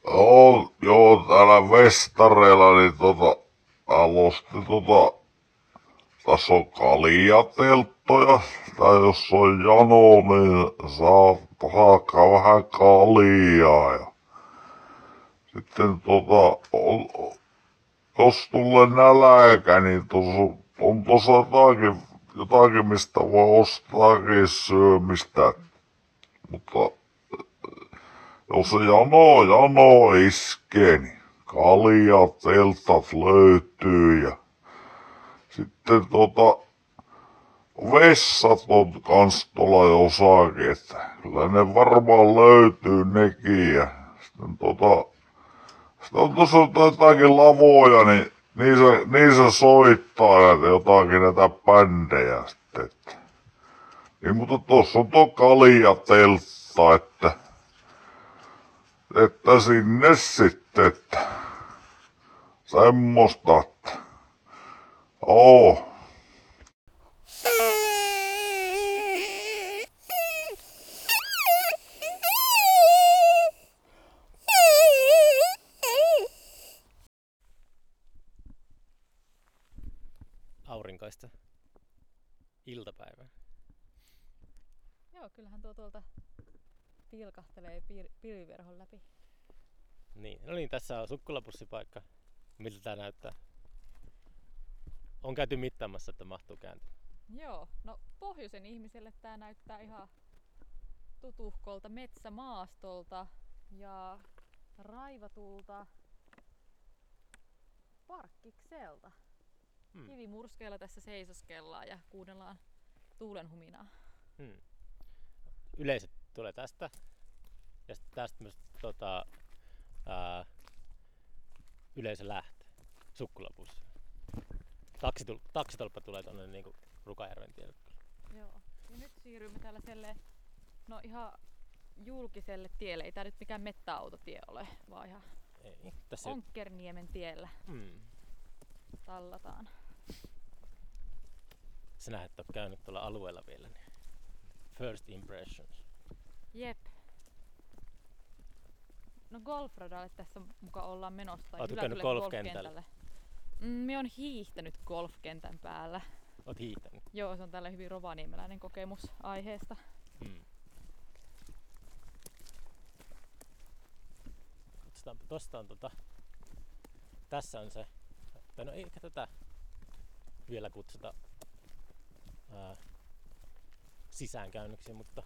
Joo, täällä Vestareilla niin aloitti tässä on kaljatelttoja, tai jos on jano, niin saa hakkaa vähän kaljaa ja sitten jos tulee nälkä, niin on tossa jotakin mistä voi ostaakin syömistä, mutta jos se jano iskee, niin kaljat, teltat löytyy ja sitten vessat on kans tuolla jossakin, että kyllä ne varmaan löytyy nekin ja sitten on tuossa jotakin lavoja, niin niissä soittaa jotakin näitä bändejä sitten, että. Niin, mutta tuossa on tuo kaljateltta, että sinne sitten, että semmoista, että oo. Aurinkoista iltapäivää. Joo, kyllähän tuo tuolta pilkahtelee pilviverhon läpi. Niin, no niin, tässä on sukkulapussipaikka. Miltä tää näyttää? On käyty mittaamassa, että mahtuu kääntyä. Joo, no pohjoisen ihmiselle tää näyttää ihan tutuhkolta metsämaastolta ja raivatulta parkkikselta. Kivimurskeilla tässä seisoskellaan ja kuunnellaan tuulenhuminaa. Yleisö tulee tästä ja sitten tästä myös yleisö lähtee sukkulapussi. Taksitolppa tulee tonne niinku Rukajärven tielle. Joo, ja nyt siirrymme tällaiselle ihan julkiselle tielle. Ei tää nyt mikään mettäautotie ole, vaan ihan tässä Onkkerniemen tiellä tallataan. Sinä et ole käynyt tuolla alueella vielä, niin first impressions. Jep. No golfradalle tässä mukaan ollaan menossa. Ootko käynyt golfkentällä? Minä oon hiihtänyt golfkentän päällä. Oot hiihtänyt? Joo, se on tällä hyvin rovaniemeläinen kokemus aiheesta. Tosta on tässä on se, tai no eikä tätä vielä kutsuta sisäänkäynniksi, mutta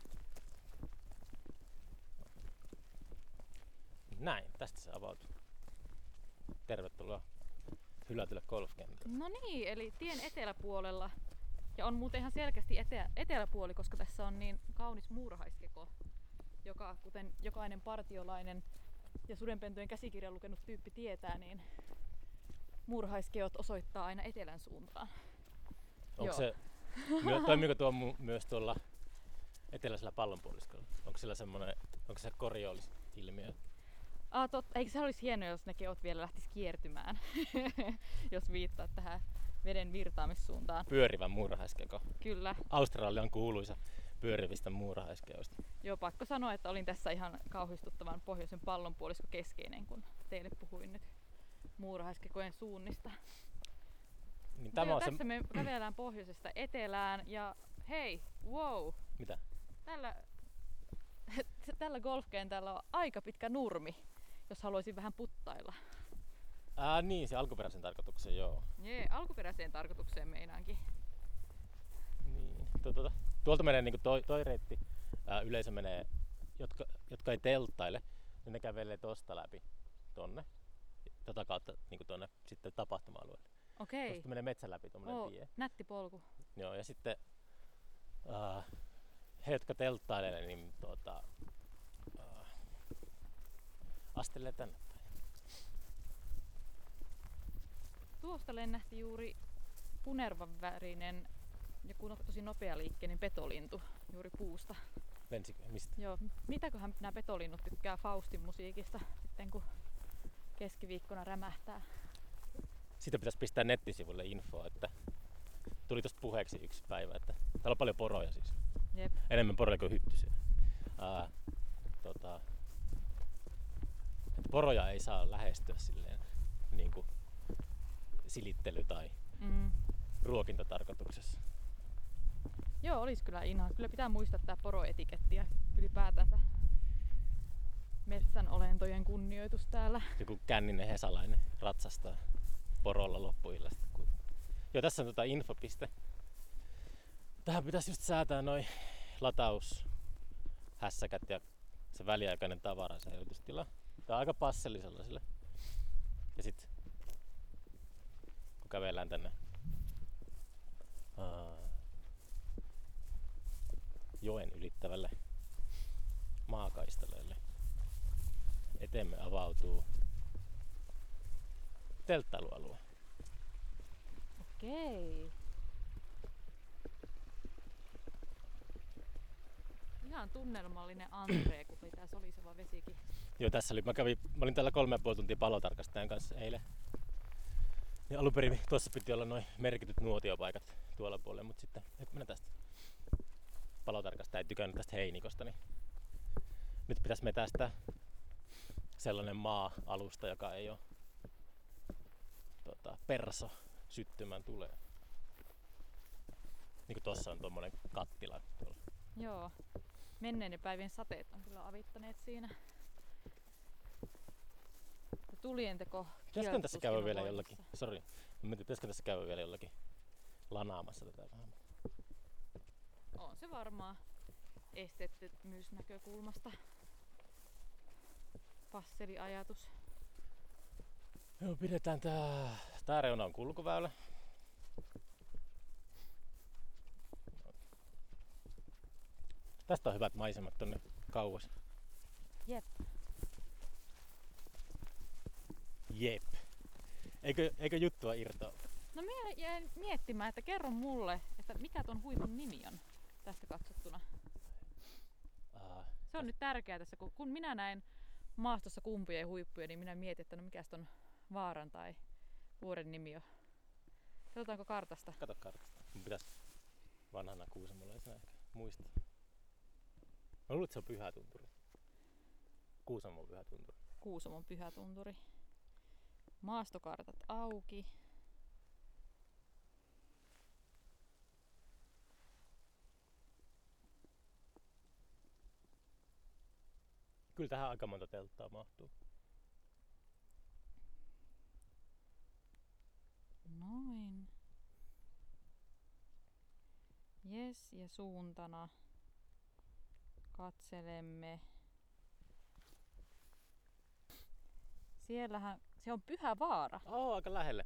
näin, tästä se avautuu. Tervetuloa hylätylle golfkentälle. No niin, eli tien eteläpuolella, ja on muuten ihan selkeästi eteläpuoli, koska tässä on niin kaunis muurahaiskeko, joka kuten jokainen partiolainen ja sudenpentujen käsikirjan lukenut tyyppi tietää, niin muurahaiskeot osoittaa aina etelän suuntaan. Onko se, toimiiko tuo myös tuolla eteläisellä pallonpuoliskolla? Onko se Coriolis-ilmiö? Eikö se olisi hienoa, jos ne keot vielä lähtis kiertymään, jos viittaa tähän veden virtaamissuuntaan. Pyörivä muurahaiskeko. Kyllä. Australia on kuuluisa pyörivistä muurahaiskeoista. Joo, pakko sanoa, että olin tässä ihan kauhistuttavan pohjoisen pallonpuolisko keskeinen, kun teille puhuin nyt muurahaiskekojen suunnista. Niin tässä me kävelään pohjoisesta etelään ja hei, wow! Mitä? Tällä golfkentällä on aika pitkä nurmi, jos haluaisin vähän puttailla. Niin, se alkuperäisen tarkoituksen, joo. Jee, alkuperäiseen tarkoitukseen meinaankin. Niin. Tuolta menee niinku toi reitti. Yleisö menee, jotka ei telttaile, niin ne kävelee tosta läpi tonne. Tota kautta niinku tonne sitten tapahtuma-alueelle. Okei. Tuosta menee metsän läpi tommonen tie. Nätti polku. Joo, ja sitten he, jotka telttailee, niin astelee tänne päin. Tuosta lennähti juuri punervan värinen ja tosi nopealiikkeinen petolintu juuri puusta. Lensikö? Mistä? Joo, mitäköhän nämä petolinnut tykkää Faustin musiikista sitten kun keskiviikkona rämähtää? Siitä pitäisi pistää nettisivulle infoa, että tuli tosta puheeksi yksi päivä, että täällä on paljon poroja siis. Jep. Enemmän poroja kuin hyttysiä. poroja ei saa lähestyä silleen niinku silittely- tai ruokintatarkoituksessa. Joo, olis kyllä Inha. Kyllä pitää muistaa tää poroetiketti ja ylipäätänsä metsän olentojen kunnioitus täällä. Joku känninen hesalainen ratsastaa porolla loppuillasta. Joo, tässä on infopiste. Tähän pitäisi just säätää noi lataushässäkät ja se väliaikainen tavarasäilytystila. Tää on aika passeli sellaisille. Ja sit kun kävellään tänne joen ylittävälle maakaistaleelle, eteemme avautuu telttailualue. Okei. Ihan tunnelmallinen antree, kun oli tää soliseva vesikin. Joo, tässä oli. Mä olin täällä 3,5 tuntia palotarkastajan kanssa eilen. Ja alun perin tuossa piti olla noin merkityt nuotiopaikat tuolla puolella, mutta sitten mennään tästä. Palotarkastaja ei tykännyt tästä heinikosta, niin nyt pitäisi metästä sellainen maa-alusta, joka ei ole perso syttymään tulee. Niin kuin tossa on tommonen kattila tuolla. Joo. Menneiden päivien sateet on kyllä avittaneet siinä. Ja tulienteko Pitäisikö tässä käydä on vielä voimassa. jollakin? Sori. Pitäisikö tässä käydä vielä jollakin lanaamassa tätä vähän? On se varmaan esteettömyysnäkökulmasta passeli ajatus. Joo, pidetään tää reuna on kulkuväylä. Tästä on hyvät maisemat tonne kauas. Jep. Jep. Eikö juttua irtoa? No minä jäin miettimään, että kerro mulle, että mikä ton huipun nimi on tästä katsottuna. Se on nyt tärkeää tässä, kun minä näin maastossa kumpien huippuja, niin minä mietin, että no mikäs ton vaaran tai vuoren nimi on. Katsotaanko kartasta? Kato kartasta. Mun pitäis vanhana kuusamolaisena ehkä muistaa. Mä luulen, että se on Pyhätunturi. Kuusamon Pyhätunturi. Kuusamon Pyhätunturi. Maastokartat auki. Kyllä tähän aika monta telttaa mahtuu. Noin. Jes, ja suuntana katselemme. Siellähän se on Pyhävaara. Aika lähelle.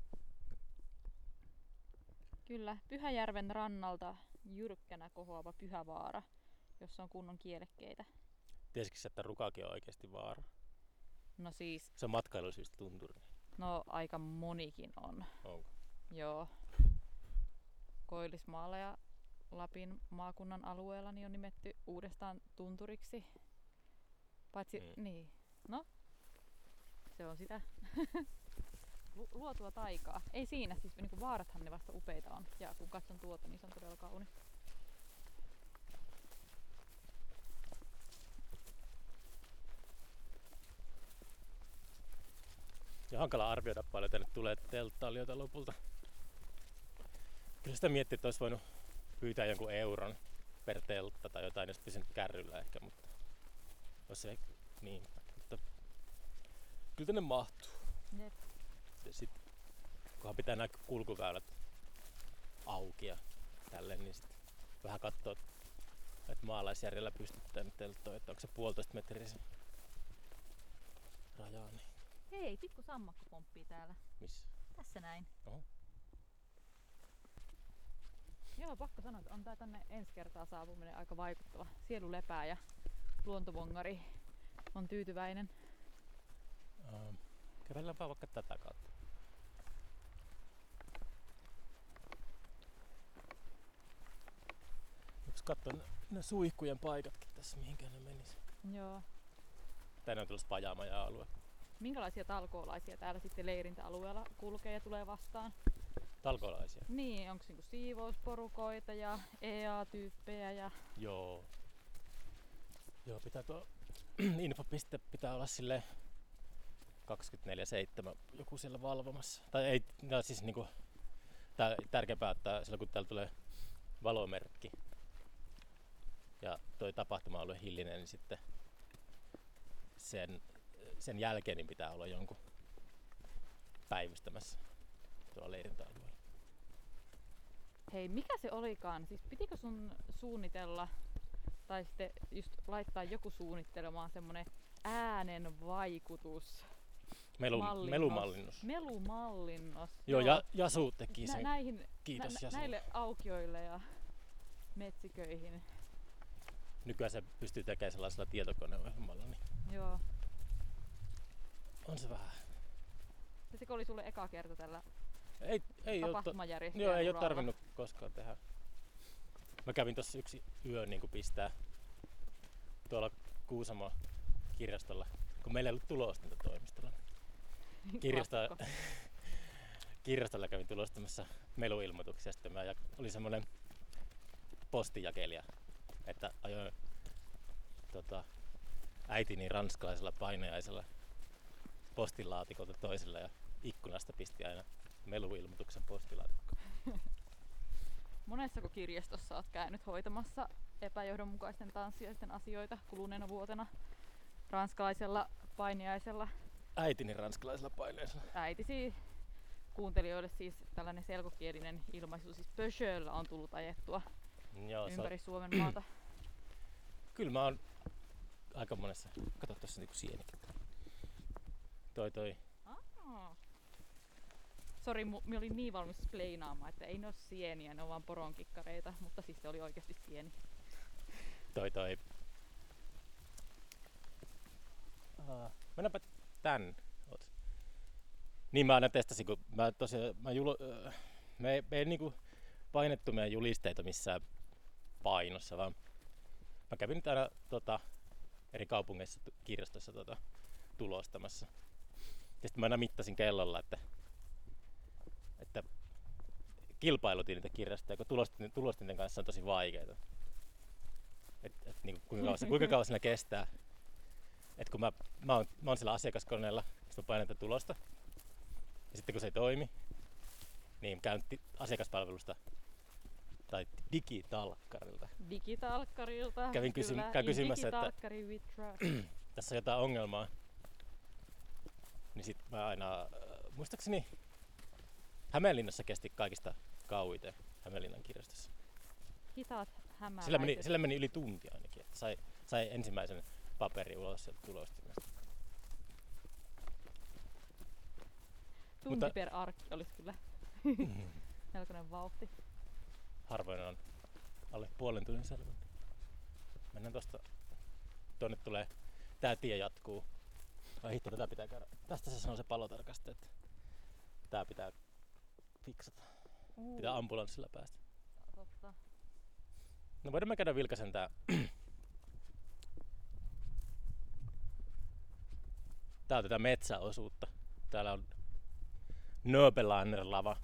Kyllä, Pyhäjärven rannalta jyrkkänä kohoava Pyhävaara, jossa on kunnon kielekkeitä. Tiesitkö sä, että Rukakin on oikeasti vaara? No siis, Se on matkailusyistä tunturi. no aika monikin on. Onko? Joo. Koillismaalla ja Lapin maakunnan alueella niin on nimetty uudestaan tunturiksi. Paitsi, niin, no, se on sitä luotua taikaa. Ei siinä, siis niin kuin vaarathan ne vasta upeita on. Ja kun katson tuota, niin se on todella kaunis. Ja hankala arvioida paljon tänne tulee telttailijoita lopulta. Kyllä sitä miettii, että olisi voinut pyytää jonkun euron per teltta tai jotain, jos pysynyt kärryllä ehkä, mutta jos se niin, mutta kyllä tänne mahtuu. Jep. Ja sit, kunhan pitää nämä kulkuväylät auki ja tälleen, niin sit vähän katsoo, että maalaisjärjellä pystytään telttoon, että onko se 1,5 metriä se raja. Niin. Hei, pikku sammakko pomppii täällä. Missä? Tässä näin. Oho. Joo, pakko sanoa, että on tää tänne ensi kertaa saapuminen aika vaikuttava. Sielu lepää ja luontovongari on tyytyväinen. Kävelläänpä vaikka tätä kautta. Jos katsoo ne suihkujen paikatkin tässä, mihinkään ne menis. Joo. Tänne on tulossa Pajamaja-alue. Minkälaisia talkoolaisia täällä sitten leirintäalueella kulkee ja tulee vastaan? Talkoolaisia. Niin, onko niinku siivousporukoita ja EA-tyyppejä ja... Joo. Joo, pitää tuo infopiste pitää olla silleen 24/7 joku siellä valvomassa. Tai ei, no siis niinku tärkeämpää, että silloin kun täällä tulee valomerkki ja toi tapahtuma-alue hillineen, niin sitten sen jälkeen niin pitää olla jonkun päivystämässä tuolla leirintäalueella. Hei, mikä se olikaan? Siis pitikö sun suunnitella tai sitten just laittaa joku suunnittelemaan semmonen äänen vaikutus? Melumallinnus. Melumallinnos. Joo, Jasu teki sen. Kiitos Jasu. Näille aukioille ja metsiköihin. Nykyään se pystyy tekemään sellaisella tietokoneohjelmalla, niin Joo. on se vähän. Ja se oli sulle eka kerta tällä Ei tapahtumajärjestäjän Joo, ei uralla. ole tarvinnut koskaan tehdä. Mä kävin tossa yksi yö niin pistää tuolla Kuusamon kirjastolla, kun meillä ei ollut tulostinta toimistolla. Kirjastolla kävin tulostamassa meluilmoituksia, sitten oli semmoinen postijakelija, että ajoin äitini ranskalaisella painajaisella postilaatikolta toiselle ja ikkunasta pisti aina meluilmoituksen postilaatikkoon. Monessako kirjastossa oot käynyt hoitamassa epäjohdonmukaisten tanssijoisten asioita kuluneena vuotena ranskalaisella painiaisella? Äitini ranskalaisella painajaisella. Äitisi kuuntelijoille siis tällainen selkokielinen ilmaisu, siis pösöllä on tullut ajettua Joo, ympäri Suomen maata. Kyllä mä oon aika monessa. Kato tossa niinku sienikin. Toi. Sori, mä olin niin valmis pleinaamaan, että ei ne oo sieniä, ne on vaan poronkikkareita, mutta siis se oli oikeasti sieni. Toi. Mennäänpä tän. Niin mä aina testasin, kun me ei niinku painettu meidän julisteita missään painossa, vaan mä kävin nyt aina eri kaupungeissa kirjastossa tulostamassa. Ja sitten mä aina mittasin kellolla, että kilpailutin niitä kirjastoja, kun tulostinten kanssa on tosi vaikeita. Niin kuinka kauan siinä kestää. Et kun mä oon siellä asiakaskoneella, sitten mä painan tätä tulosta. Ja sitten kun se ei toimi, niin käyn asiakaspalvelusta tai digitalkkarilta. Käyn kysymässä, että tässä on jotain ongelmaa. Niin sit mä aina, muistaakseni Hämeenlinnassa kesti kaikista kauiten Hämeenlinnan kirjastossa. Hitaat hämäläiset. Sillä meni yli tunti ainakin, että sai ensimmäisen paperin ulos sieltä tulostimesta. Tunti per arkki olisi kyllä melkoinen vauhti. Harvoin on alle puolen tunnin selvä. Mennään tosta. Tuonne tulee, tää tie jatkuu. Ai hitto, tätä pitää käydä. Tästä se sanoo se palotarkastaja, että tää pitää fiksata. Pitää ambulanssilla päästä. Totta. No voidaan me käydä vilkaisen tää. Tää on tätä metsäosuutta. Täällä on Nobelaner-lava.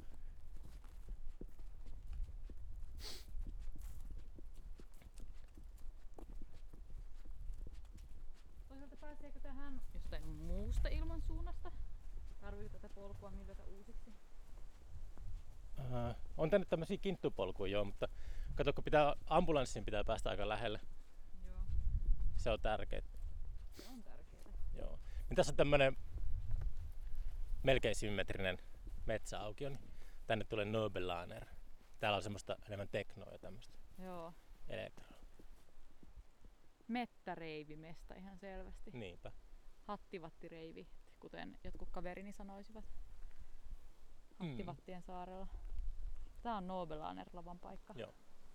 Toisaalta pääseekö tähän jostain muusta ilmansuunnasta? Tarviiko tätä polkua millata uusiksi? On tänne tämmösiä kinttupolkuja joo, mutta kato kun ambulanssin pitää päästä aika lähelle. Joo. Se on tärkeää. Se on tärkeää. Joo. Niin tässä on tämmönen melkein symmetrinen metsäaukio, niin tänne tulee Nobelaner. Täällä on semmoista enemmän teknoa ja tämmöstä. Joo. Elektroa. Mettäreivimesta ihan selvästi. Niinpä. Hattivattireivi, kuten jotkut kaverini sanoisivat. Hattivattien saarella. Tää on Nobelaner-lavan paikka. Joo.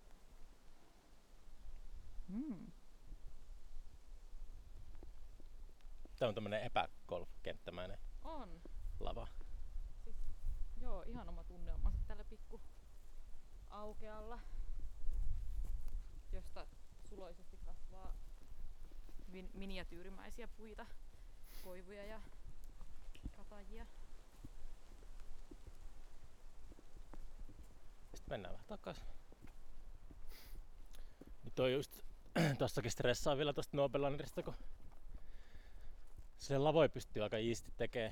Tää on tämmönen epägolf-kenttämäinen On. lava. Siis, joo, ihan oma tunnelmansa tällä pikku aukealla, josta suloisesti kasvaa miniatyyrimäisiä puita, koivuja ja katajia. Sitten mennään vähän takas. Nyt on just tossakin stressaa vielä tosta Nobelanerista, kun se lavoi pystyy aika iisti tekemään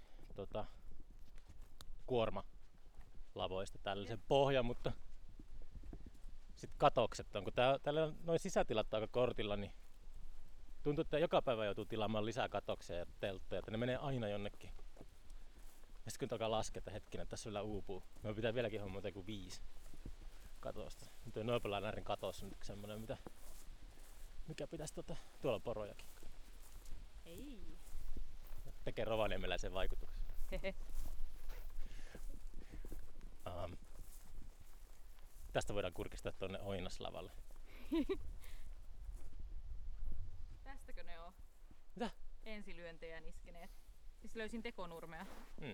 kuormalavoista tällaisen pohjan, mutta sitten katokset on, kun täällä noin sisätilat aika kortilla, niin tuntuu, että joka päivä joutuu tilaamaan lisää katoksia ja telttoja, että ne menee aina jonnekin. Ja sitten kun alkaa laskea, että hetkinen, tässä kyllä uupuu. Me pitää vieläkin hommata joku 5 katosta. Tuo Noipelänäärin katos on yksi semmonen, mikä pitäisi tuolla porojakin. Ei. Tekee rovaniemeläisen vaikutuksen. Tästä voidaan kurkistaa tuonne Oinaslavalle. Tästäkö ne on? Mitä? Ensilyöntejä iskeneet. Siis löysin tekonurmea.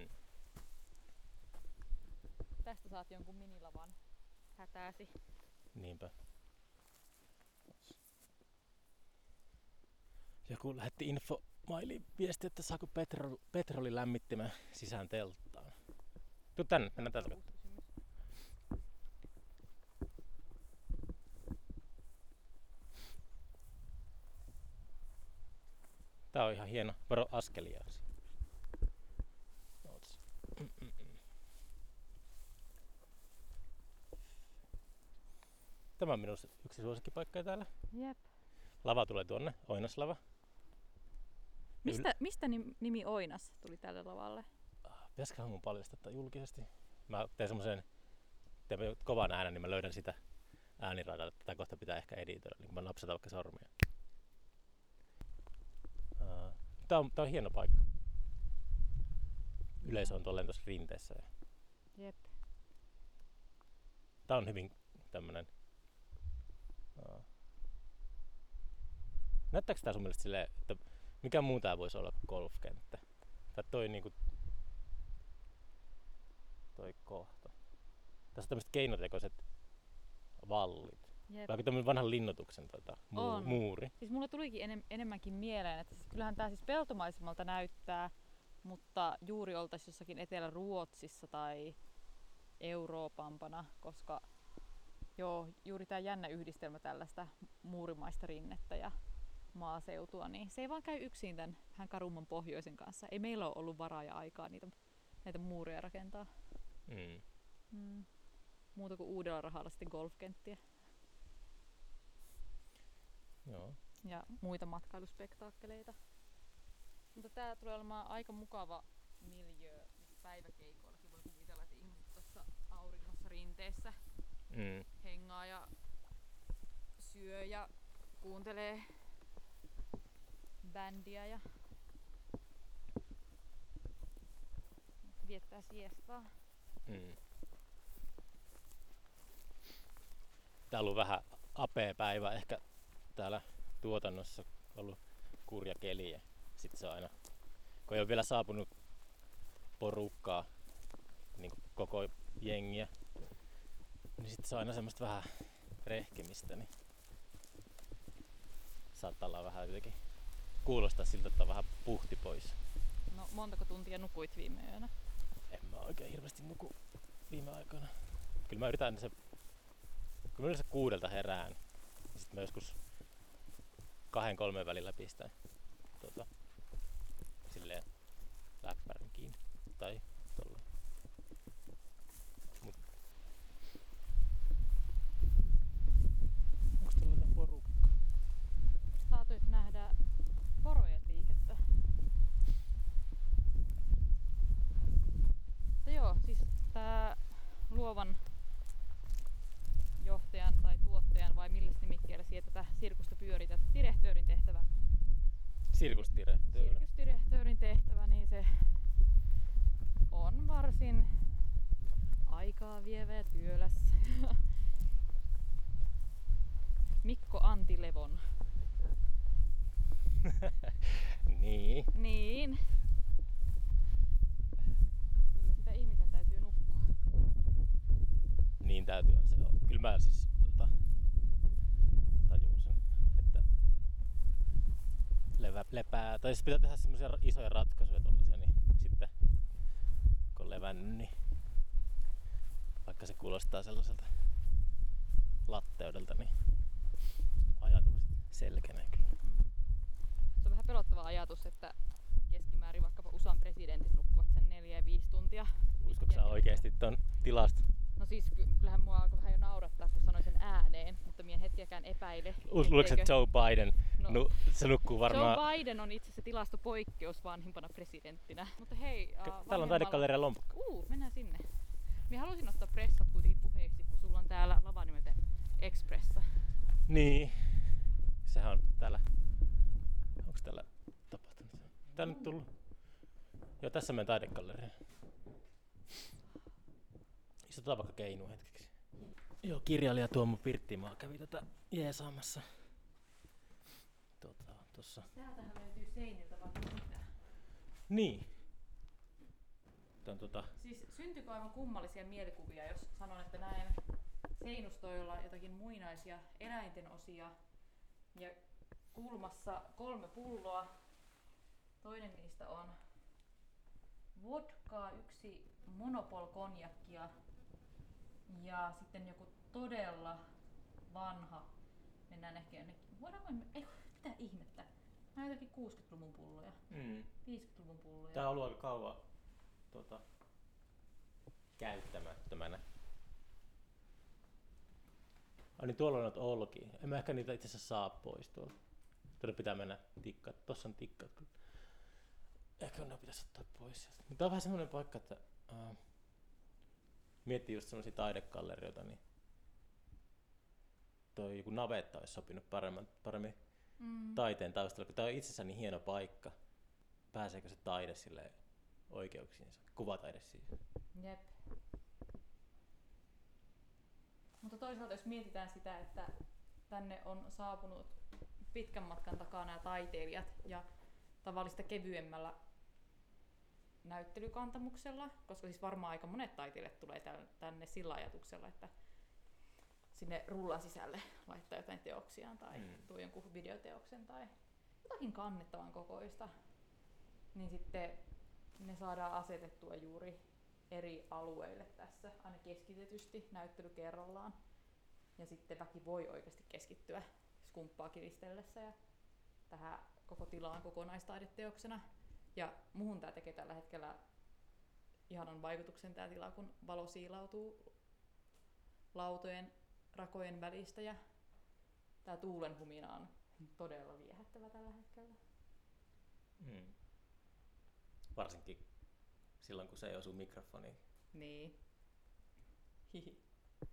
Tästä saat jonkun minilavan hätääsi. Niinpä. Joku lähetti infomailiin viesti, että saako petroli lämmittimään sisään telttaan. Tuu tänne, mennään täältä katsomaan. Tää on ihan hieno. Varo askelia. Tämä on minun yksi suosikkipaikka täällä. Jep. Lava tulee tuonne, Oinaslava. Mistä nimi Oinas tuli tälle lavalle? Pitäisiköhän mun paljastaa julkisesti? Mä teen semmosen kovan äänen, niin mä löydän sitä ääniradalta. Tätä kohta pitää ehkä editoida, niin kun mä napsataan vaikka sormia. Tää on hieno paikka. Yleisö on tolleen tuossa rinteessä. Jep. Tää on hyvin tämmönen... Näyttääkö tää sun mielestä silleen, että mikä muu tää voisi olla kuin golfkenttä? Tai toi niinku... Toi kohta. Tässä on tämmöset keinotekoiset vallit. Jep. Vaikka tämmönen vanhan linnoituksen muuri. Siis mulla tulikin enemmänkin mieleen, että siis kyllähän tää siis peltomaisemalta näyttää, mutta juuri oltais jossakin Etelä-Ruotsissa tai Euroopampana, koska joo, juuri tää jännä yhdistelmä tällaista muurimaista rinnettä ja maaseutua, niin se ei vaan käy yksin tän vähän karumman pohjoisen kanssa. Ei meillä ole ollut varaa ja aikaa näitä muureja rakentaa. Muuta kuin uudella rahalla sitten golfkenttiä. Joo. Ja muita matkailuspektaakkeleita. Mutta tää tulee olemaan aika mukava miljöö päiväkeikoillakin. Voi kuvitella, että ihmiset tuossa auringossa rinteessä hengaa ja syö ja kuuntelee bändiä ja viettää siestaa. Tää on ollut vähän apea päivä ehkä täällä tuotannossa, ollut kurja keli ja sit se on aina, kun ei ole vielä saapunut porukkaa, niin koko jengiä, niin sit se on aina semmoista vähän rehkimistä, niin saattaa olla vähän jotenkin kuulostaa siltä, että on vähän puhti pois. No montako tuntia nukuit viime yönä? En mä oikein hirveästi nuku viime aikoina. Kyllä mä yritän kun mä yleensä 6 herään, niin sit mä joskus 2-3 välillä pistän silleen läppärin kiinni. Tai tolla. Onks tuolla jotain porukkaa? Saatoit nähdä porojen liikettä. Mutta joo, siis tää luovan johtajan tai tuottajan vai millä nimikkeellä siellä tätä sirkusta pyörität, direktöörin tehtävä. Sirkusdirektöörin tehtävä, niin se on varsin aikaa vievä ja työläs. Mikko Antilevon. Niin. Niin. Kyllä sitä ihmisen täytyy nukkua. Niin täytyy se. Kyllä mä siis tajun sen, että lepää. Tai siis pitää tehdä semmoisia isoja ratkaisuja tollasia, niin sitten kun on levännyt, niin vaikka se kuulostaa sellaiselta latteudelta, niin ajatukset selkenee kyllä. Se on vähän pelottava ajatus, että keskimäärin vaikkapa USAn presidentit nukkuvat sen 4 ja 5 tuntia. Uskotko sä oikeesti ton tilasta? No siis kyllähän mua alkoi vähän jo naurattaa, kun sanoin sen ääneen, mutta minä en hetkiäkään epäile. Luuletko, että Joe Biden, No, se nukkuu varmaan... Joe Biden on itse asiassa tilastopoikkeus vanhimpana presidenttinä. Mutta hei, Täällä on taidegallerian lompakko. Mennään sinne. Minä halusin ottaa pressat kuitenkin puheeksi, kun sulla on täällä lava nimeltä Expressa. Niin. Sehän on täällä... Onks täällä tapahtunut? Tää on nyt tullut. Joo, tässä meidän taidegalleria. Istutaan vaikka keinuun hetkeksi. Joo, kirjailija Tuomo Pirttimaa kävi tätä jeesaamassa. Tossa. Täältähän löytyy seiniltä vaikka mitä. Niin. Siis syntyykö aivan kummallisia mielikuvia, jos sanon, että näen seinustoilla jotakin muinaisia eläinten osia ja kulmassa 3 pulloa. Toinen niistä on vodkaa, 1 Monopol-konjakkia ja sitten joku todella vanha. Mennään ehkä jonnekin. Mitä ihmettä? Nämä on jotakin 60-luvun pulloja, 50-luvun pulloja. Tää on ollut aika kauan käyttämättömänä. Ai niin, tuolla on noita olkia. En mä ehkä niitä itse asiassa saa pois tuolla. Tuolla pitää mennä tikkaat. Tossa on tikkaat. Ehkä ne pitäisi ottaa pois sieltä. Mutta tää on vähän semmonen paikka, että miettii just semmosia taidegallerioita, niin toi joku navetta olisi sopinut paremmin taiteen taustalla, kun tää on itsessään niin hieno paikka. Pääseekö se taide silleen oikeuksiinsa? Kuvataide siis. Jep. Mutta toisaalta jos mietitään sitä, että tänne on saapunut pitkän matkan takaa nämä taiteilijat ja tavallista kevyemmällä näyttelykantamuksella, koska siis varmaan aika monet taiteilijat tulee tänne sillä ajatuksella, että sinne rullan sisälle laittaa jotain teoksiaan tai tuo jonkun videoteoksen tai jotakin kannettavan kokoista, niin sitten ne saadaan asetettua juuri eri alueille tässä, aina keskitetysti näyttely kerrallaan. Ja sitten väki voi oikeasti keskittyä skumppaa kiristellessä ja tähän koko tilaan kokonaistaideteoksena. Ja muhun tää tekee tällä hetkellä ihanan vaikutuksen tää tila, kun valo siilautuu lautojen rakojen välistä ja tää tuulen humina on todella viehättävä tällä hetkellä. Varsinkin silloin, kun se ei osu mikrofoniin. Niin. Hihi.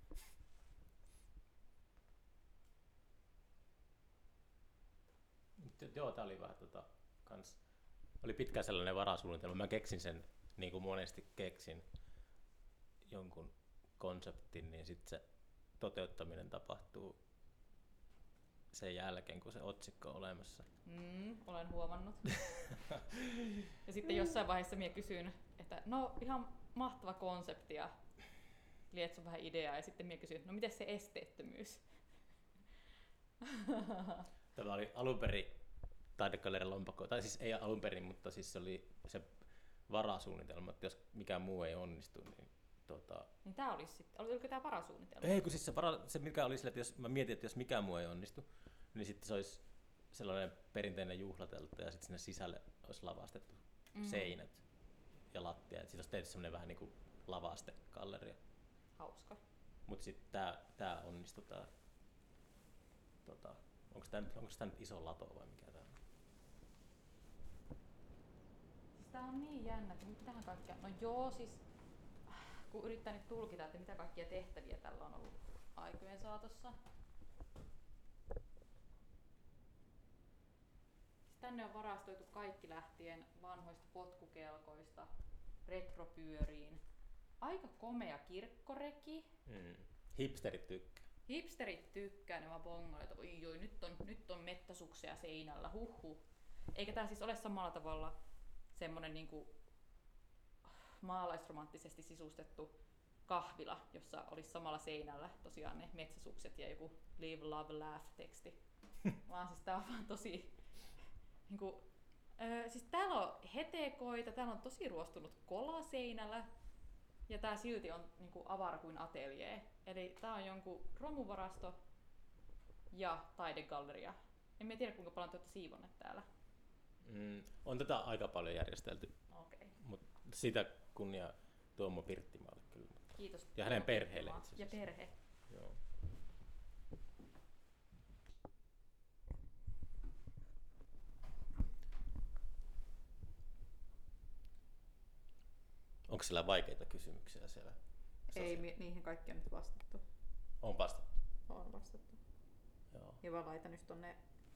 Joo, tää oli vähän kans. Oli pitkään sellainen varasuunnitelma. Mä keksin sen, niin kuin monesti keksin jonkun konseptin, niin sitten se toteuttaminen tapahtuu sen jälkeen, kun se otsikko on olemassa. Olen huomannut. Ja sitten jossain vaiheessa minä kysyin, että no ihan mahtava konsepti ja lietso vähän ideaa ja sitten minä kysyin, no miten se esteettömyys? Tämä oli alunperin taidegallerian lompakko, tai siis ei alunperin, mutta siis se oli se varasuunnitelma, että jos mikään muu ei onnistu, niin Niin tää olisi sitten, oliko tää varasuunnitelma? Ei, kun siis se mikä oli sille, että jos mä mietin, että jos mikään muu ei onnistu, niin sitten se olisi sellainen perinteinen juhlateltta ja sitten sinne sisälle olisi lavastettu seinät ja lattia. Siitä olisi tehty semmoinen vähän niin kuin lavastegalleria. Hauska. Mutta sitten tää onnistui tää. Onko tää nyt iso lato vai mikä tää on? Siis tää on niin jännä, että mitähän kaikkea. No joo, siis kun yrittää nyt tulkita, että mitä kaikkia tehtäviä tällä on ollut aikojen saatossa. Siis tänne on varastoitu kaikki lähtien vanhoista potkukelkoista retropyöriin. Aika komea kirkkoreki. Hipsterit tykkää. Hipsterit tykkää, ne vaan bongaa, että oi, nyt on mettäsuksia seinällä, huhhuh. Eikä tää siis ole samalla tavalla semmonen niinku maalaisromanttisesti sisustettu kahvila, jossa olisi samalla seinällä tosiaan ne metsäsukset ja joku Live, Love, Laugh-teksti. Vaan siis tää on vaan tosi niinku, siis täällä on hetekoita, täällä on tosi ruostunut kola seinällä ja tää silti on niinku avara kuin ateljee. Eli tää on jonkun romuvarasto ja taidegalleria. En tiedä kuinka paljon te olette siivonneet täällä. On tätä aika paljon järjestelty, Okei. mutta sitä kunnia Tuomo Pirttimaalle kyllä. Kiitos. Ja hänen perheelle itse Ja asiassa. perhe. Joo. Onko siellä vaikeita kysymyksiä siellä? Ei, niihin kaikki on nyt vastattu. On vastattu. On vastattu. Joo. Ja mä laitan nyt tonne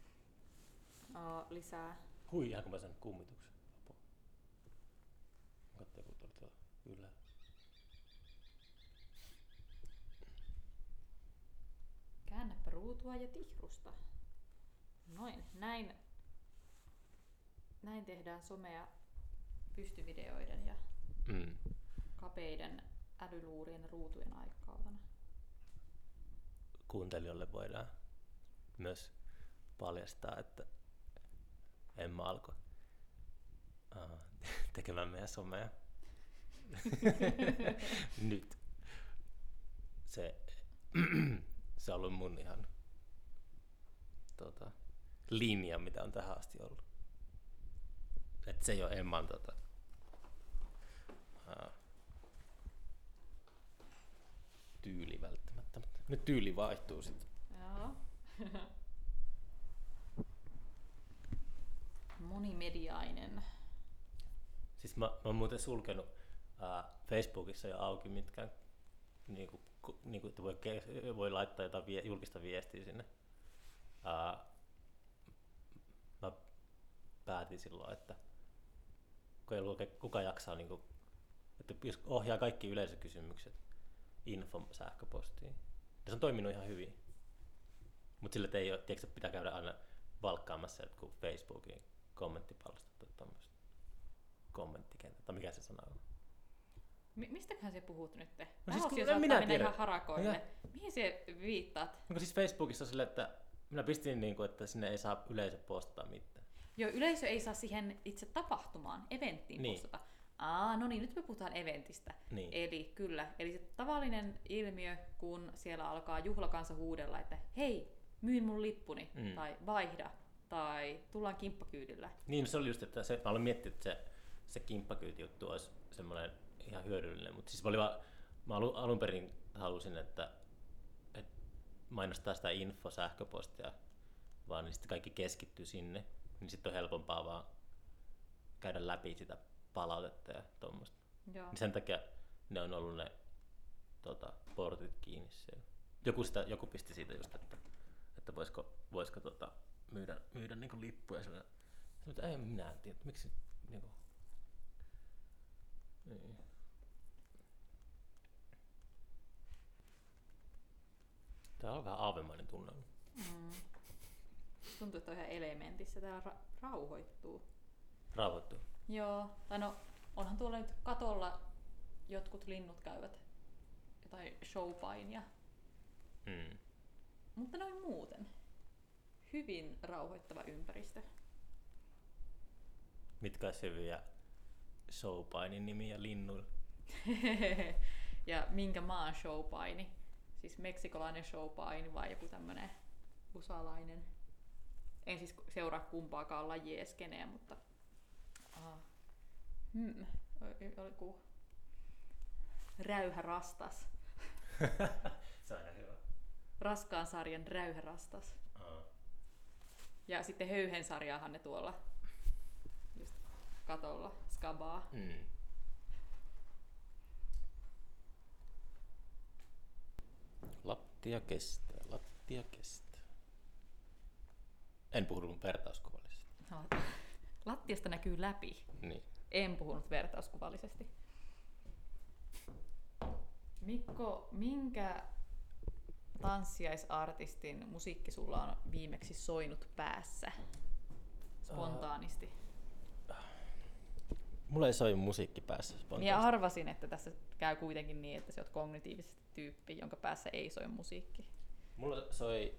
lisää. Hui, ihan kun mä sain kummituksen. Apua. Katso, kun tuli tuolla ylhäällä. Käännäpä ruutua ja tihrusta. Noin, näin tehdään somea pystyvideoiden ja kapeiden älyluurien ruutujen aikakautena. Kuuntelijoille voidaan myös paljastaa, että Emma alkoi tekemään meidän somea nyt. Se on ollut mun ihan linja, mitä on tähän asti ollut. Et se ei ole Emman tyyli välttämättä, mutta nyt tyyli vaihtuu sitten. Joo. Monimediainen. Siis mä oon muuten sulkenut Facebookissa jo auki mitkään, niinku, että voi laittaa jotain julkista viestiä sinne. Mä päätin silloin, että kun ei kuka jaksaa, niinku, että jos ohjaa kaikki yleisökysymykset info sähköpostiin. Ja se on toiminut ihan hyvin. Mutta sillä ei ole, tiedätkö, pitää käydä aina valkkaamassa jotkut Facebookin kommenttipalstat tai tämmöistä kommenttikenttä, tai mikä se sana on. Mistäköhän se puhut nyt? No siis, minä tiedän. ihan harakoille. Mihin se viittaat? No siis Facebookissa on silleen, että minä pistin niinku, että sinne ei saa yleisö postata mitään. Joo, yleisö ei saa siihen itse tapahtumaan, eventtiin Niin. postata. No niin, nyt me puhutaan eventistä. Niin. Eli kyllä, eli se tavallinen ilmiö, kun siellä alkaa juhlakansa huudella, että hei, myyn mun lippuni, tai vaihda, tai tullaan kimppakyydillä. Niin, se oli just, että mä olin miettinyt, että se kimppakyyti-juttu olisi semmoinen ihan hyödyllinen, mutta siis mä alun perin halusin, että mainostaa sitä sähköpostia, vaan niin sitten kaikki keskittyy sinne, niin sitten on helpompaa vaan käydä läpi sitä palautetta ja tuommoista. Niin sen takia ne on ollut ne portit kiinni siellä. Joku pisti siitä just, että voisiko myydä niinku lippuja siellä. Mutta ei minä tiedä, miksi niinku. Niin. Tää on vähän aavemainen tunnelma. Tuntuu, että on ihan elementissä. Täällä rauhoittuu. Rauhoittuu. Joo, tai no onhan tuolla nyt katolla jotkut linnut käyvät jotain showpainia. Mutta noin muuten. Hyvin rauhoittava ympäristö. Mitkä olisi hyviä showpainin nimiä linnuilla? Ja minkä maan showpaini? Siis meksikolainen showpaini vai joku tämmönen usalainen? En siis seuraa kumpaakaan lajia skeneä, mutta joku räyhärastas. Se on aina hyvä. Raskaan sarjan räyhärastas. Ja sitten höyhen sarjaahan ne tuolla just katolla skabaa. Lattia kestää. En puhunut vertauskuvallisesti. Lattiasta näkyy läpi. Niin. En puhunut vertauskuvallisesti. Mikko, minkä tanssiaisartistin musiikki sulla on viimeksi soinut päässä? Spontaanisti. Mulla ei soi musiikki päässä spontaanisti. Ja arvasin, että tässä käy kuitenkin niin, että sä oot kognitiivisesti tyyppi, jonka päässä ei soi musiikki. Mulla soi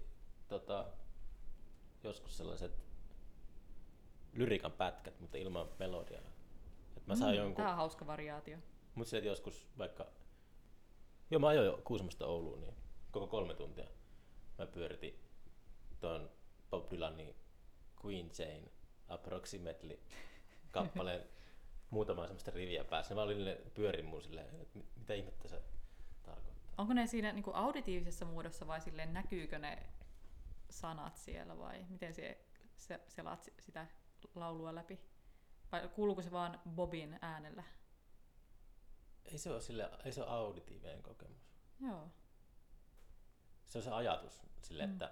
joskus sellaiset lyriikan pätkät, mutta ilman melodiaa. Mä sain jonkun. Tää on hauska variaatio. Mut se, että joskus vaikka. Joo, mä ajoin jo Kuusamosta Ouluun, niin koko 3 tuntia mä pyöritin ton Bob Dylanin Queen Jane Approximately kappaleen muutama semmoista riviä päässä. Mä olin pyörin mun silleen, että mitä ihmettä se tarkoittaa. Onko ne siinä niin kuin auditiivisessa muodossa vai silleen näkyykö ne sanat siellä vai miten se selaat sitä laulua läpi? Vai kuuluuko se vaan Bobin äänellä? Ei se ole auditiivinen kokemus. Joo. Se on se ajatus sille, että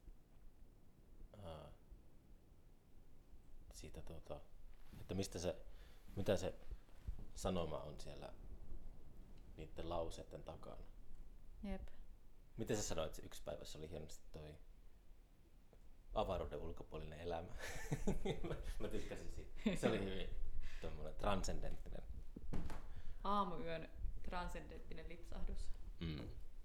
siitä että mitä se sanoma on siellä niiden lauseiden takana. Jep. Miten sä sanoit, että yksi päivä se oli hienosti toi avaruuden ulkopuolinen elämä? Mä tykkäsin siitä. Se oli hyvin tommonen transcendenttinen. Aamuyön transcendenttinen lipsahdus. Mm.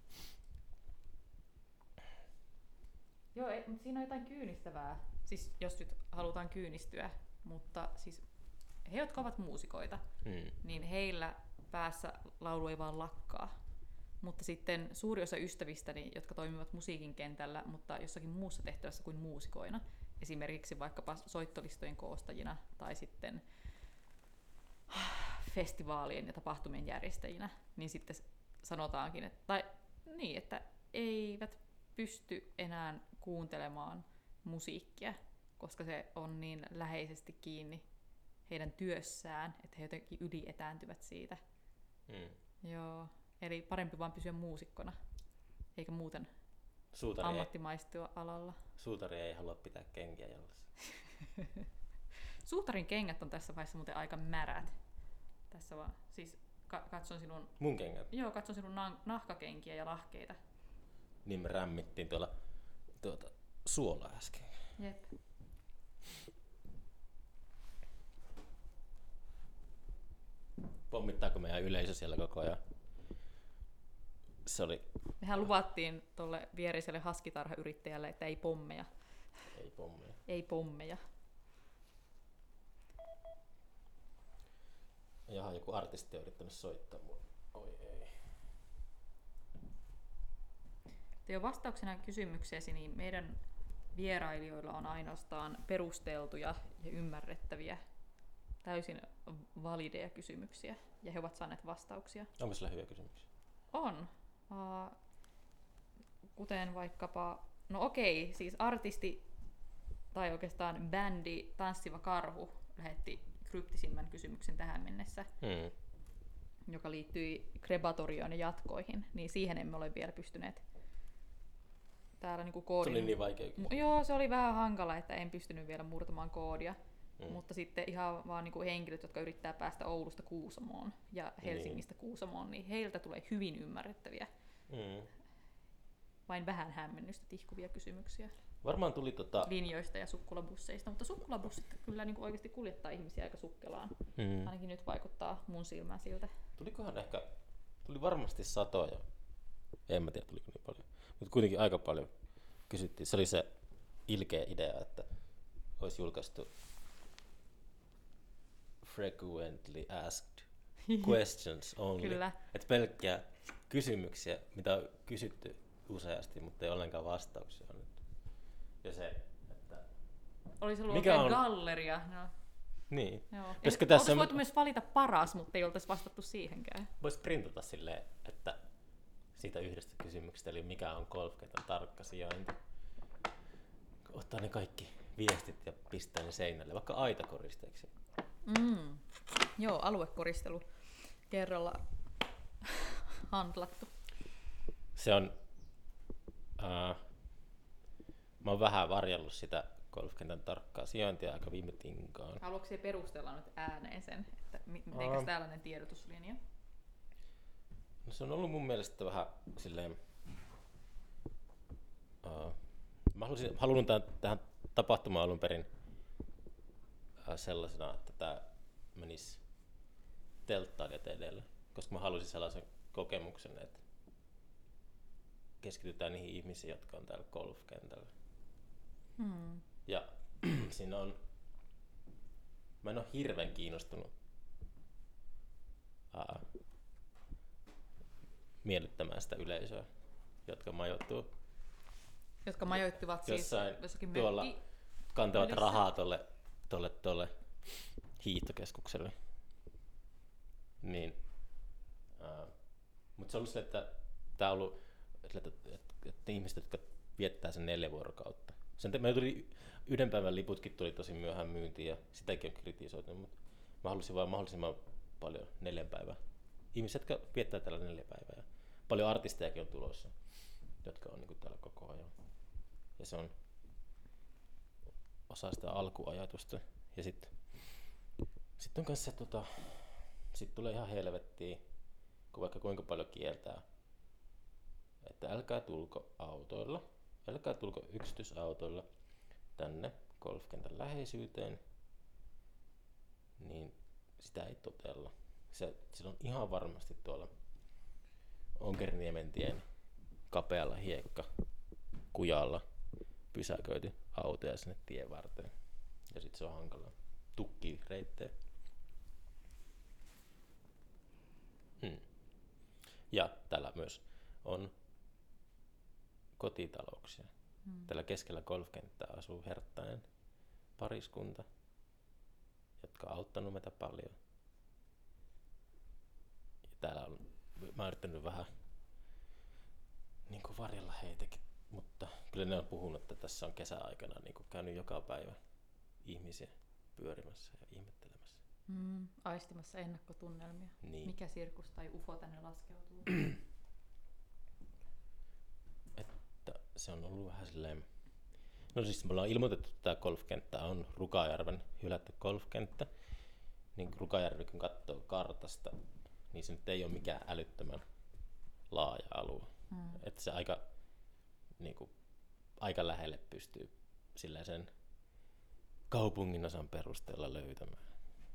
Joo, mutta siinä on jotain kyynistävää, siis jos nyt halutaan kyynistyä, mutta siis he, jotka ovat muusikoita, niin heillä päässä laulu ei vaan lakkaa. Mutta sitten suuri osa ystävistäni, jotka toimivat musiikin kentällä, mutta jossakin muussa tehtävässä kuin muusikoina, esimerkiksi vaikkapa soittolistojen koostajina tai sitten festivaalien ja tapahtumien järjestäjinä, niin sitten sanotaankin, että eivät pysty enää kuuntelemaan musiikkia, koska se on niin läheisesti kiinni heidän työssään, että he jotenkin ylietääntyvät siitä. Joo, eli parempi vaan pysyä muusikkona, eikä muuten ammattimaistua alalla. Suutari ei halua pitää kenkiä jalassa. Suutarin kengät on tässä vaiheessa muuten aika märät. Tässä vaan, siis katson sinun... Mun kengät? Joo, katson sinun nahkakenkiä ja lahkeita. Niin me rämmittiin suolaa äsken. Jep. Pommittaako meidän yleisö siellä koko ajan? Se oli... Mehän luvattiin tuolle viereiselle haskitarhayrittäjälle, että ei pommeja. Ei pommeja. Ei pommeja. Jaha, joku artisti on yrittänyt soittaa mua. Oi ei. Jo vastauksena kysymykseesi, niin meidän vierailijoilla on ainoastaan perusteltuja ja ymmärrettäviä, täysin valideja kysymyksiä, ja he ovat saaneet vastauksia. Onko sillä hyviä kysymyksiä? On. Kuten vaikkapa, siis artisti, tai oikeastaan bändi Tanssiva Karhu lähetti kryptisimmän kysymyksen tähän mennessä, joka liittyi Krebatorioon ja jatkoihin, niin siihen emme ole vielä pystyneet täällä niinku koodin... Se oli niin vaikea. Joo, se oli vähän hankala, että en pystynyt vielä murtamaan koodia. Mutta sitten ihan vaan niinku henkilöt, jotka yrittää päästä Oulusta Kuusamoon ja Helsingistä Kuusamoon, niin heiltä tulee hyvin ymmärrettäviä. Vain vähän hämmennystä tihkuvia kysymyksiä. Varmaan tuli linjoista ja sukkulabusseista, mutta sukkulabussit kyllä niinku oikeasti kuljettaa ihmisiä aika sukkelaan. Ainakin nyt vaikuttaa mun silmään siltä. Tuli varmasti satoja. En mä tiedä, tuliko niin paljon. Mutta kuitenkin aika paljon kysyttiin. Se oli se ilkeä idea, että olisi julkaistu frequently asked questions only. Kyllä. Että pelkkiä kysymyksiä, mitä on kysytty useasti, mutta ei ollenkaan vastauksia nyt. Ja se, että... Olisi ollut oikein galleria. No. Niin. Olisi voitu myös valita paras, mutta ei oltaisi vastattu siihenkään. Voisi printata silleen, että siitä yhdestä kysymyksestä, eli mikä on golfkentän tarkka sijainti. Ottaa ne kaikki viestit ja pistää ne seinälle, vaikka aitakoristeeksi. Joo, aluekoristelu kerralla handlattu. Se on... mä oon vähän varjellut sitä golfkentän tarkkaa sijaintia aika viime tinkaan. Haluatko se perustella nyt ääneen sen, että mitenkäs tällainen tiedotuslinja? No se on ollut mun mielestä vähän silleen... mä halunnut tähän tapahtumaan alun perin sellaisena, että tää menisi telttailijat edellä, koska mä halusin sellaisen kokemuksen, että keskitytään niihin ihmisiin, jotka on täällä golfkentällä. Ja siinä on... Mä en ole hirveän kiinnostunut miellyttämään sitä yleisöä, jotka majoittuu. Jotka majoittuvat siis jossakin tuolla kantavat rahaa tolle hiihtokeskukselle. Niin, mutta se on ollut sille, että tää on ollut sille, että ihmiset, jotka viettää sen 4 vuorokautta. Meillä tuli yhden päivän liputkin tuli tosi myöhään myyntiin ja sitäkin on kritisoitu, mutta mä halusin vaan mahdollisimman paljon 4 päivää. Ihmiset, jotka viettää täällä 4 päivää. Ja paljon artistejakin on tulossa, jotka on niin täällä koko ajan. Ja se on osa sitä alkuajatusta. Ja sitten on myös se, sit tulee ihan helvettiä, kun vaikka kuinka paljon kieltää, että älkää tulko autoilla, älkää tulko yksityisautoilla tänne golfkentän läheisyyteen, niin sitä ei totella. Sillä on ihan varmasti tuolla Onkerniementien kapealla kujalla pysäköity autoja sinne tien varteen. Ja sit se on hankalaa. Tukkii reittejä. Ja täällä myös on kotitalouksia. Tällä keskellä golfkenttää asuu herttainen pariskunta, jotka on auttanut meitä paljon. Ja täällä on, mä oon yrittänyt vähän niin kuin varjella heitäkin, mutta kyllä ne on puhunut, että tässä on kesäaikana niin kuin käynyt joka päivä ihmisiä pyörimässä ja ihmettelemässä. Aistimassa ennakkotunnelmia. Niin. Mikä sirkus tai ufo tänne laskeutuu? Että se on ollut vähän silleen... No siis me ollaan ilmoitettu, että tämä golfkenttä on Rukajärven hylätty golfkenttä. Niin Rukajärvi kun katsoo kartasta, niin se nyt ei ole mikään älyttömän laaja alue. Että se aika lähelle pystyy sen kaupunginosan perusteella löytämään.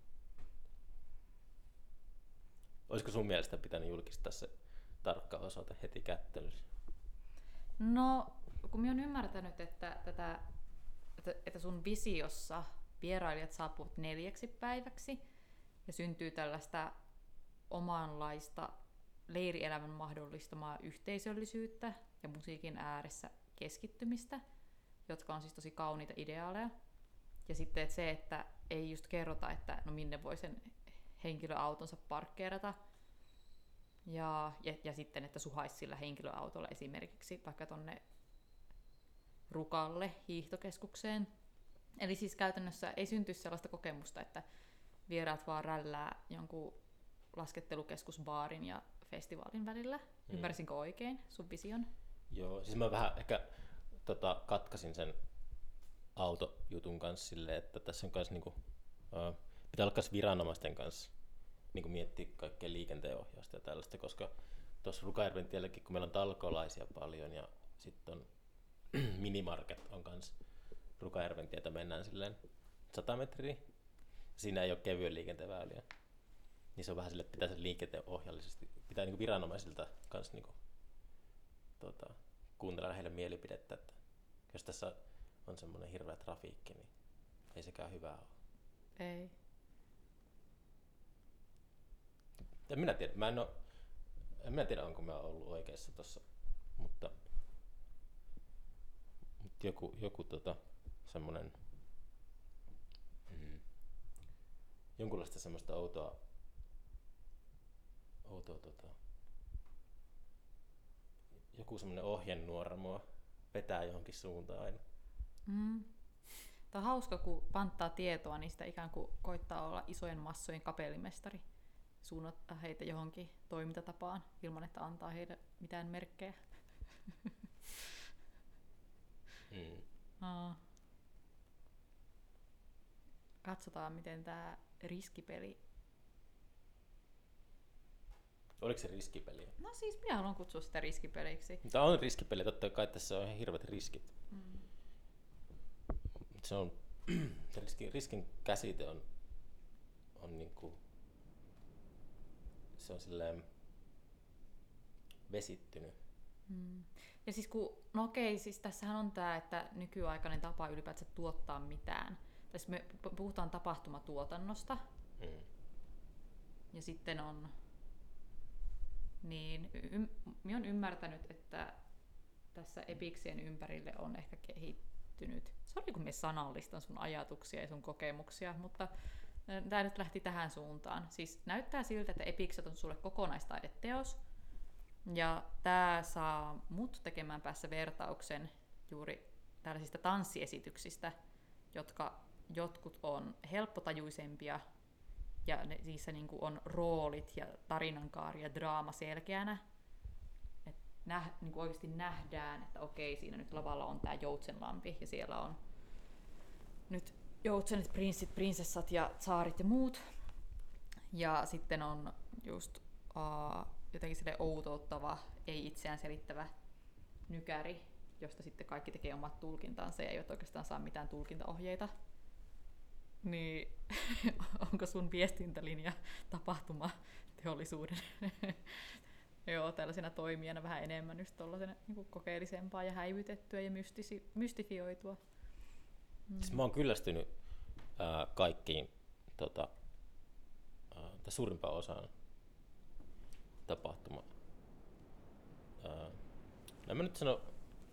Olisiko sun mielestä pitänyt julkistaa se tarkka osoite heti kättelyssä? No, kun minä olen ymmärtänyt, että sun visiossa vierailijat saapuvat 4 päiväksi ja syntyy tällaista omanlaista leirielämän mahdollistamaa yhteisöllisyyttä ja musiikin ääressä keskittymistä, jotka on siis tosi kauniita ideaaleja. Ja sitten että ei just kerrota, että no minne voi sen henkilöautonsa parkkeerata. Ja sitten, että suhaisi sillä henkilöautolla esimerkiksi vaikka tonne Rukalle hiihtokeskukseen. Eli siis käytännössä ei syntyisi sellaista kokemusta, että vieraat vaan rällää jonkun laskettelukeskusbaarin ja festivaalin välillä. Ymmärsinkö oikein sun vision? Joo, siis mä vähän ehkä katkasin sen autojutun kanssa silleen, että tässä on kanssa pitää olla myös viranomaisten kanssa miettiä kaikkea liikenteenohjausta ja tällaista, koska tuossa Rukajärven tielläkin, kun meillä on talkolaisia paljon ja sitten on minimarket on kanssa Rukajärven tietä mennään silleen 100 metriä. Siinä ei ole kevyen liikenteen väyliä. Niin se on vähän sille, että pitää sen liikenteenohjallisesti, pitää viranomaisilta kanssa kuuntella heidän mielipidettä, että jos tässä on semmoinen hirveä trafiikki, niin ei sekään hyvää ole. Ei. En minä tiedä, en minä tiedä onko mä ollut oikeassa tossa, mutta joku semmonen jonkunlaista semmoista outoa joku semmonen ohjenuora mua vetää johonkin suuntaan aina. Tämä on hauska, kun panttaa tietoa, niin sitä ikään kuin koittaa olla isojen massojen kapellimestari. Suunnata heitä johonkin toimintatapaan ilman, että antaa heille mitään merkkejä. Katsotaan, miten tämä riskipeli... Oliko se riskipeli? No siis minä haluan kutsua sitä riskipeliksi. Tämä on riskipeli, totta kai tässä on ihan hirveät riskit. Se on, riskin käsite on niinku, se on silleen vesittynyt. Ja siis siis tässähän on tämä, että nykyaikainen tapa ylipäätään tuottaa mitään. Tässä me puhutaan tapahtumatuotannosta. Ja sitten on, niin minä olen ymmärtänyt, että tässä Epiksien ympärille on ehkä kehittynyt. Sori, kun minä sanallistan sun ajatuksia ja sun kokemuksia, mutta Tämä nyt lähti tähän suuntaan. Siis näyttää siltä, että Epixot on sulle kokonaistaideteos. Ja tämä saa mut tekemään päässä vertauksen juuri tällaisista tanssiesityksistä, jotka jotkut on helppotajuisempia ja niissä niin kuin on roolit ja tarinankaari ja draama selkeänä. Niin kuin oikeasti nähdään, että okei, siinä nyt lavalla on tämä Joutsenlampi ja siellä on nyt joutsenet, prinssit, prinsessat ja tsaarit ja muut. Ja sitten on just jotenkin sille outouttava, ei itseään selittävä nykäri, josta sitten kaikki tekee omat tulkintansa ja eivät oikeastaan saa mitään tulkintaohjeita. Niin onko sun viestintälinja tapahtumateollisuuden joo, tällaisena toimijana vähän enemmän just tollasena niin kokeellisempaa ja häivytettyä ja mystifioitua? Siis mä oon kyllästynyt kaikkiin suurimpaan osaan tapahtuma. En mä nyt sano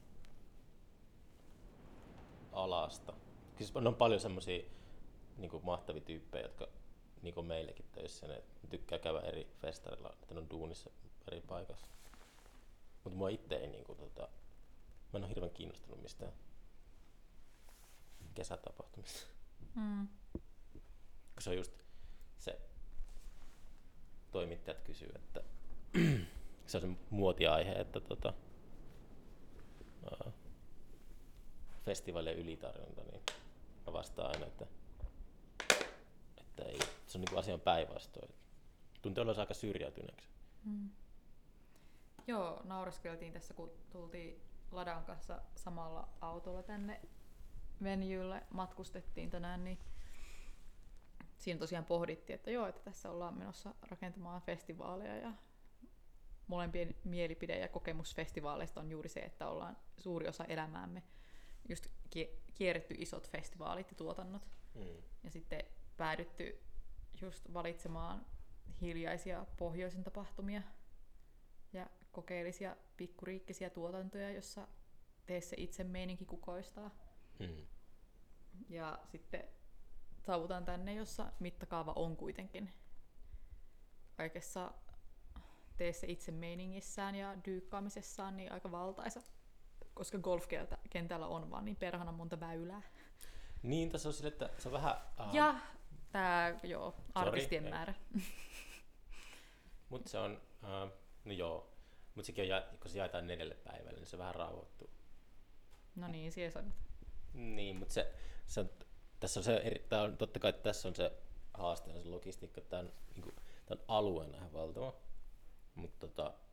alasta. Siis on paljon semmosia niinku mahtavia tyyppejä, jotka niinku meillekin töissä, ne tykkää käydä eri festareilla, että ne on duunissa eri paikassa. Mutta mua itse ei niinku mä en ole hirveän kiinnostunut mistään kesätapahtumista. Kun se on just se toimittajat kysyy, että se on se muotiaihe, että festivaalien ylitarjonta, niin mä vastaan aina, että ei, se on niinku asian päinvastoin. Tuntuu olla aika syrjäytyneeksi. Joo, naureskeltiin tässä, kun tultiin Ladan kanssa samalla autolla tänne venuelle, matkustettiin tänään, niin siinä tosiaan pohdittiin, että joo, että tässä ollaan menossa rakentamaan festivaaleja ja molempien mielipide- ja kokemus festivaaleista on juuri se, että ollaan suuri osa elämäämme just kierretty isot festivaalit ja tuotannot. Ja sitten päädytty just valitsemaan hiljaisia pohjoisen tapahtumia ja kokeellisia pikkuriikkisiä tuotantoja, jossa tee se itse meininki kukoistaa. Ja sitten saavutaan tänne, jossa mittakaava on kuitenkin kaikessa tee se itse meiningissään ja dyykkaamisessaan niin aika valtaisa, koska golfkentällä on vaan niin perhana monta väylää. Niin, tässä on sille, että se on vähän... Ja tää, artistien määrä. Mutta se on, no joo, mutta sekin on, kun se jaetaan 4 päivälle, niin se vähän rauhoittuu. No niin, siellä sanot. Niin, mutta se on, tässä on se, totta kai tässä on se haaste, on se logistiikka, että tämä on alueena ihan valtava, mutta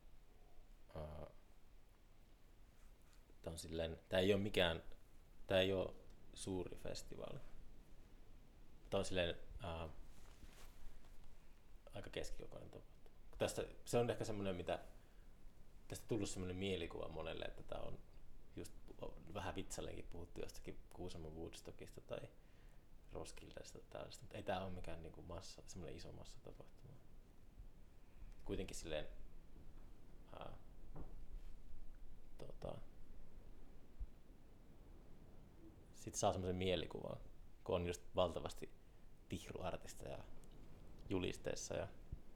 tämä on silleen, tämä ei ole suuri festivaali. Tämä on silleen aika keskikokoinen tapahtuma. Se on ehkä semmoinen, mitä tästä tullut semmoinen mielikuva monelle, että tämä on just vähän vitsalleenkin puhuttu jostakin Kuusamon Woodstockista tai Roskildesta tai tällaista, mutta ei tämä ole mikään niinku massa, semmoinen iso massatapahtuma. Kuitenkin silleen sitten saa semmoisen mielikuvan, kun on just valtavasti tihruartisteja julisteessa ja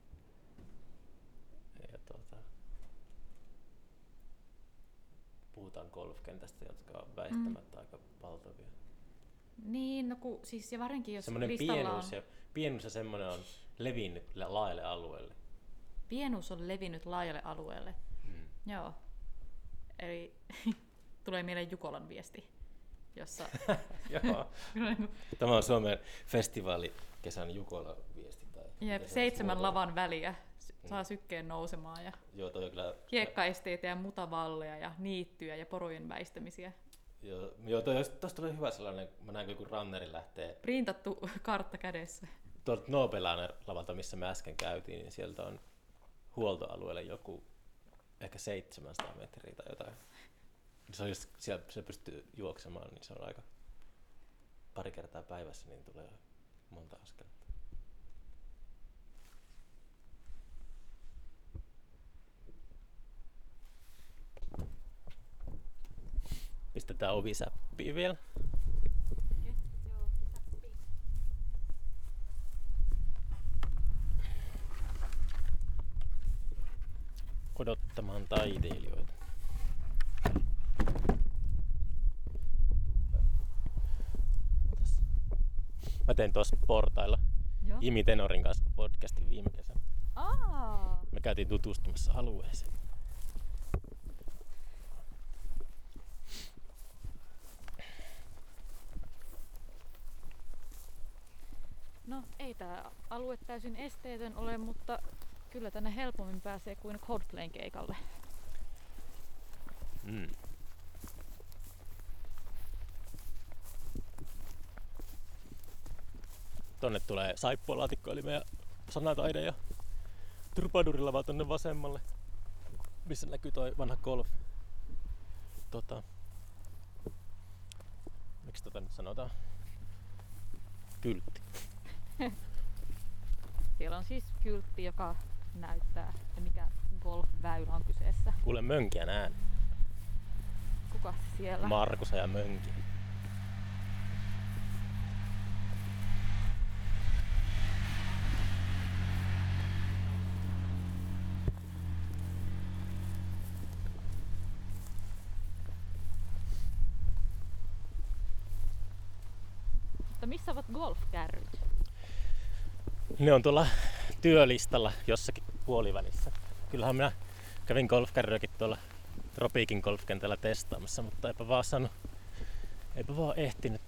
puhutaan golfkentästä, jotka on väistämättä aika valtavia. Niin, no siis ja varsinkin jos semmoinen listalla on... pienuus ja semmoinen on levinnyt laajalle alueelle. Pienuus on levinnyt laajalle alueelle. Joo. Eli tulee mieleen Jukolan viesti, jossa... Joo. Tämä on Suomen festivaalikesän Jukolan viesti. Jep, 7 lavan väliä saa sykkeen nousemaan ja joo, toi on kyllä... hiekkaesteitä ja mutavalleja ja niittyjä ja porojen väistämisiä. Joo, tuosta tuli hyvä sellainen, mä näin kun runneri lähtee... Printattu kartta kädessä. Tuolta Nobelaner-lavalta, missä me äsken käytiin, niin sieltä on huoltoalueelle joku ehkä 700 metriä tai jotain. Se on just, siellä se pystyy juoksemaan, niin se on aika pari kertaa päivässä, niin tulee monta askelta. Pistetään ovi säppiin vielä. odottamaan taiteilijoita. Mä tein tuossa portailla Joo. Jimi Tenorin kanssa podcastin viime kesänä. Aa, Me käytiin tutustumassa alueeseen. no ei tää alue täysin esteetön ole, mutta kyllä tänne helpommin pääsee kuin Coldplayn keikalle. Mm. Tonne tulee saippualaatikko, eli meidän sanataide, ja Trubadurilla vaan tonne vasemmalle, missä näkyy toi vanha golf. Miksi nyt sanotaan? Kyltti. Siellä on siis kyltti, joka näyttää, mikä golfväylä on kyseessä. Kuule mönkiän ääni. Kuka siellä? Markus ja mönki. Mutta missä ovat golfkärryt? Ne on tuolla työlistalla jossakin puolivälissä. Kyllähän minä kävin golfkärryäkin tuolla Tropiikin golfkentällä testaamassa, mutta eipä vaan ehtinyt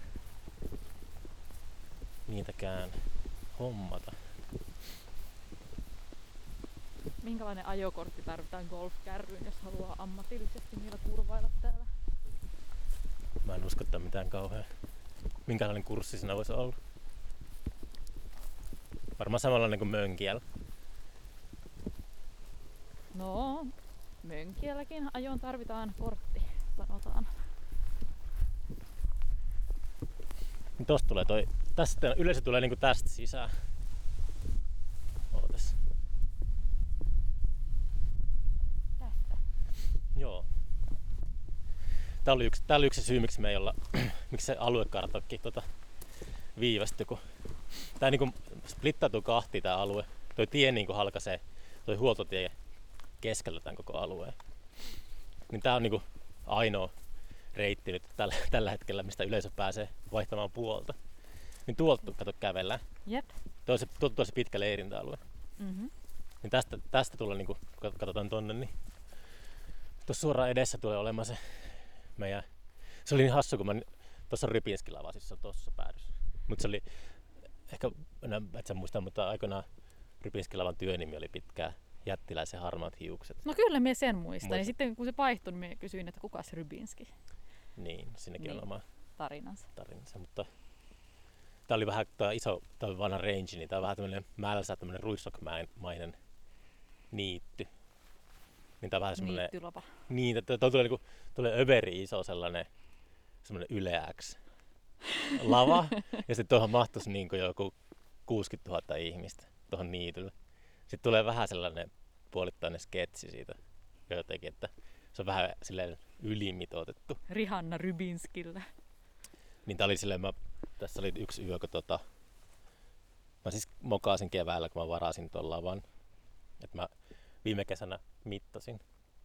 niitäkään hommata. Minkälainen ajokortti tarvitaan golfkärryyn, jos haluaa ammatillisesti niillä kurvailla täällä? Mä en usko, että mitään kauhean. Minkälainen kurssi siinä voisi olla? Varmaan samanlainen kuin mönkijällä. No, mönkielläkin ajoon tarvitaan kortti, sanotaan. Tosta tulee tästä yleensä tulee niinku tästä sisään. Ootas. Tästä. Joo. Tää oli yksi syy, miksi me ei olla, miksi se aluekartoikki viivästyi, kun tää niinku splittautuu kahtiin tää alue. Toi tie niinku halkaisee, toi huoltotie keskellä tämän koko alueen. Niin tää on niinku ainoa reitti nyt tällä hetkellä, mistä yleisö pääsee vaihtamaan puolta. Niin tuolta kato kävellään. Jep. Tuolta on se pitkä leirintäalue. Mm-hmm. Niin tästä tulee niinku, katsotaan tonne, niin tuossa suoraan edessä tulee olemaan se meidän. Se oli niin hassu, kun mä tuossa Rybinskillä siis tuossa päädys. Mutta se oli ehkä, et sä muista, mutta aikoinaan Rybinskilavan työnimi oli pitkää jättiläisen harmaat hiukset. No kyllä minä sen muistan. Muistat. Ja sitten kun se vaihtui, niin minä kysyin, että kuka se Rybinski Niin, siinäkin on Niin. oma tarinansa. tarinansa, mutta tää oli vähän iso, tää oli vanha range, niin tää on vähän tämmönen määränsä tämmönen ruissokmainen niitty. Niin tää on vähän semmonen, Niittylapa. niin, että tulee överi iso semmonen yleäks lava, ja sitten tuohon mahtuisi niin kuin joku 60 000 ihmistä tuohon niitylle. Sitten tulee vähän sellainen puolittainen sketsi siitä jotenkin, että se on vähän silleen ylimitoitettu. Rihanna Rybinskillä. Niin tää oli silleen, tässä oli yksi yö, kun mä siis mokasin keväällä, kun mä varasin tuon lavan. Että mä viime kesänä mittasin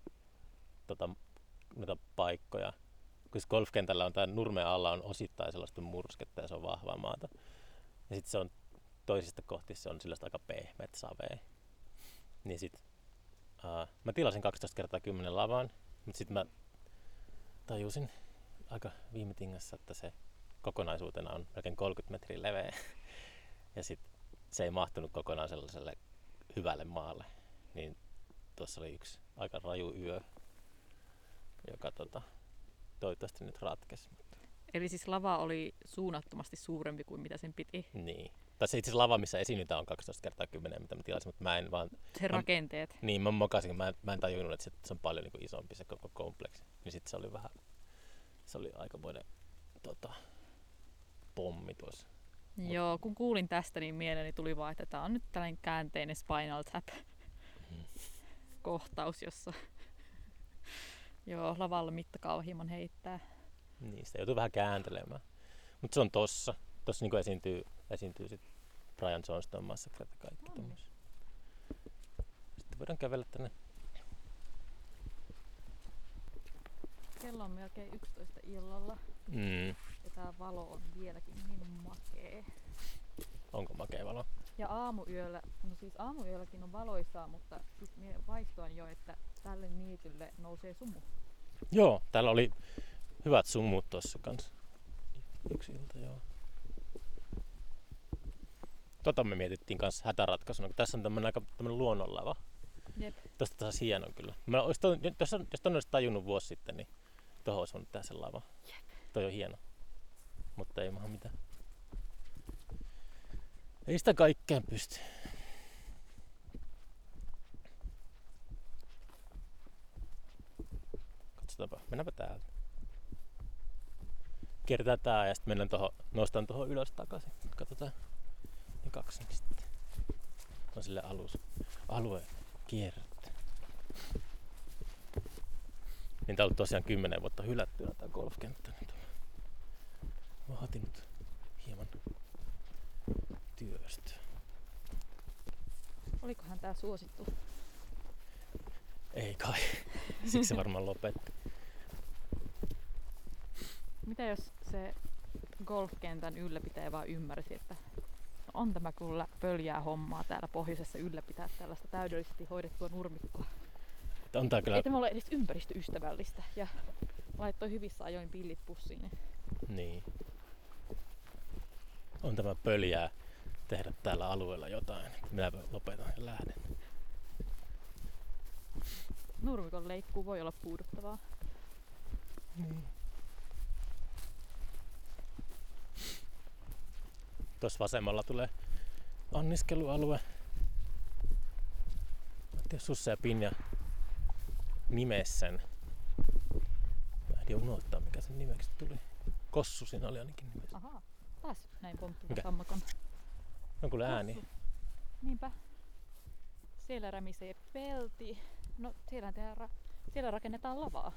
noita paikkoja. Kun golfkentällä on tää nurmen alla on osittain sellaista mursketta ja se on vahvaa maata. Ja sit se on toisista kohti se on sellaista aika pehmeät savea. Niin sit mä tilasin 12x10 lavan, mutta sit mä tajusin aika viime tingassa, että se kokonaisuutena on melkein 30 metriä leveä. Ja sit se ei mahtunut kokonaan sellaiselle hyvälle maalle. Niin tuossa oli yksi aika raju yö, joka toivottavasti nyt ratkesi. Eli siis lava oli suunnattomasti suurempi kuin mitä sen piti. Niin. Tässä itse asiassa lava, missä esiinnytään on 12x10, mitä mä tilasin, mutta mä en vaan. Se rakenteet. Niin, mä mokasin, mä en tajunnut, että se on paljon niin kuin isompi se koko kompleksi. Niin sit se oli aikamoinen pommi tuossa. Joo, kun kuulin tästä, niin mieleeni tuli vaan, että tää on nyt tällainen käänteinen Spinal Tap kohtaus, jossa joo, lavalla mittakaavan hieman heittää. Niin, sitä joutuu vähän kääntelemään. Mutta se on tossa. Tossa niinku esiintyy sit Brian Johnston Massacre ja kaikki tämmöisiä. Sitten voidaan kävellä tänne Kello on melkein 11 illalla ja tää valo on vieläkin niin makee. Onko makea valo? Ja aamuyölläkin on valoisaa, mutta sit mie vaistoan jo, että tälle niitylle nousee sumu. Joo, täällä oli hyvät summut tossa kanssa. Yksi ilta, joo. Tota me mietittiin kanssa hätäratkaisuna, kun tässä on tämmönen luonnonlava. Jep. Tosta taas hieno kyllä. Jos ton olisi tajunnut vuosi sitten, niin tohon olisi voinut tehdä sen lava. Jep. Toi on hieno. Mutta ei maha mitään. Ei sitä kaikkeen pysty. Katsotaanpa, mennäänpä täältä. Kierretään tää ja sitten noustaan tuohon ylös takaisin. Katsotaan ne kaksi niin sitten. On sille alue kierrettä. Niin tää on ollut tosiaan 10 vuotta hylättynä tää golfkenttä. Nyt on vaatinut hieman työstä. Olikohan tää suosittu? Ei kai. Siksi se varmaan lopetti. Mitä jos se golfkentän ylläpitäjä vaan ymmärsi, että on tämä kyllä pöljää hommaa täällä pohjoisessa ylläpitää tällaista täydellisesti hoidettua nurmikkoa. On tää kyllä... Ei tämä ole edes ympäristöystävällistä ja laittoi hyvissä ajoin pillit pussiin. Niin. On tämä pöljää tehdä täällä alueella jotain. Minä lopetan ja lähden. Nurmikon leikkuu voi olla puuduttavaa. Niin. Tuossa vasemmalla tulee anniskelualue. Mä en tiedä, Susse ja Pinja nimes sen. Mä en unohtaa mikä sen nimeksi tuli. Kossu siinä oli ainakin nimessä. Ahaa, taas näin pomppuva Mikä? sammakon. On kuule ääni. Kossu. Niinpä. Siellä rämisee pelti. No siellä rakennetaan lavaa.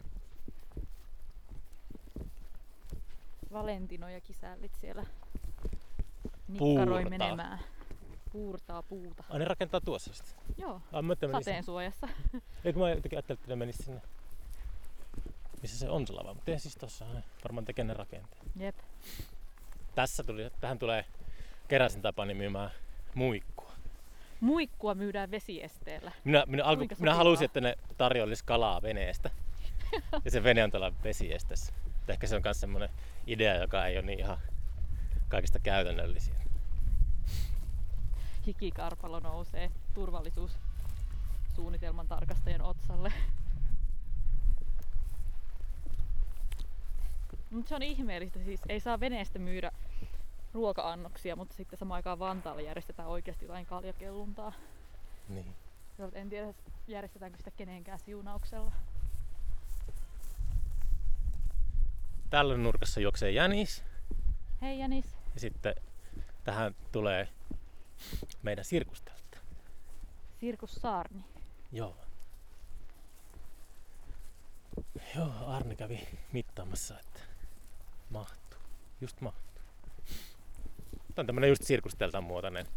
Valentino ja kisällit siellä nikkaroi menemään. Puurtaa puuta. Ai ne rakentaa tuossa sitten? Joo, Sateen sateen suojassa. Ei kun mä jotenkin ajattelin, että ne menis sinne. Missä se on se lava, mutta ei siis tossa ne varmaan tekee ne rakenteet. Jep. Tähän tulee Keräsen Tapani myymään muikkua. Muikkua myydään vesiesteellä. Minä halusin, että ne tarjoilisi kalaa veneestä. Ja se vene on tuolla vesiesteessä. Ehkä se on myös semmoinen idea, joka ei ole niin ihan kaikista käytännöllisiä. Hikikarpalo nousee turvallisuussuunnitelman tarkastajan otsalle. Mutta se on ihmeellistä, siis ei saa veneestä myydä ruoka-annoksia, mutta sitten samaan aikaan Vantaalla järjestetään oikeasti jotain kaljakelluntaa. Niin. En tiedä, järjestetäänkö sitä kenenkään siunauksella. Tällä nurkassa juoksee jänis. Hei Jänis. Ja sitten tähän tulee meidän sirkusteltta. Sirkus Saarni. Joo. Joo, Arne kävi mittaamassa, että mahtuu. Just mahtuu. Tämä on tämmönen just sirkusteltan muotoinen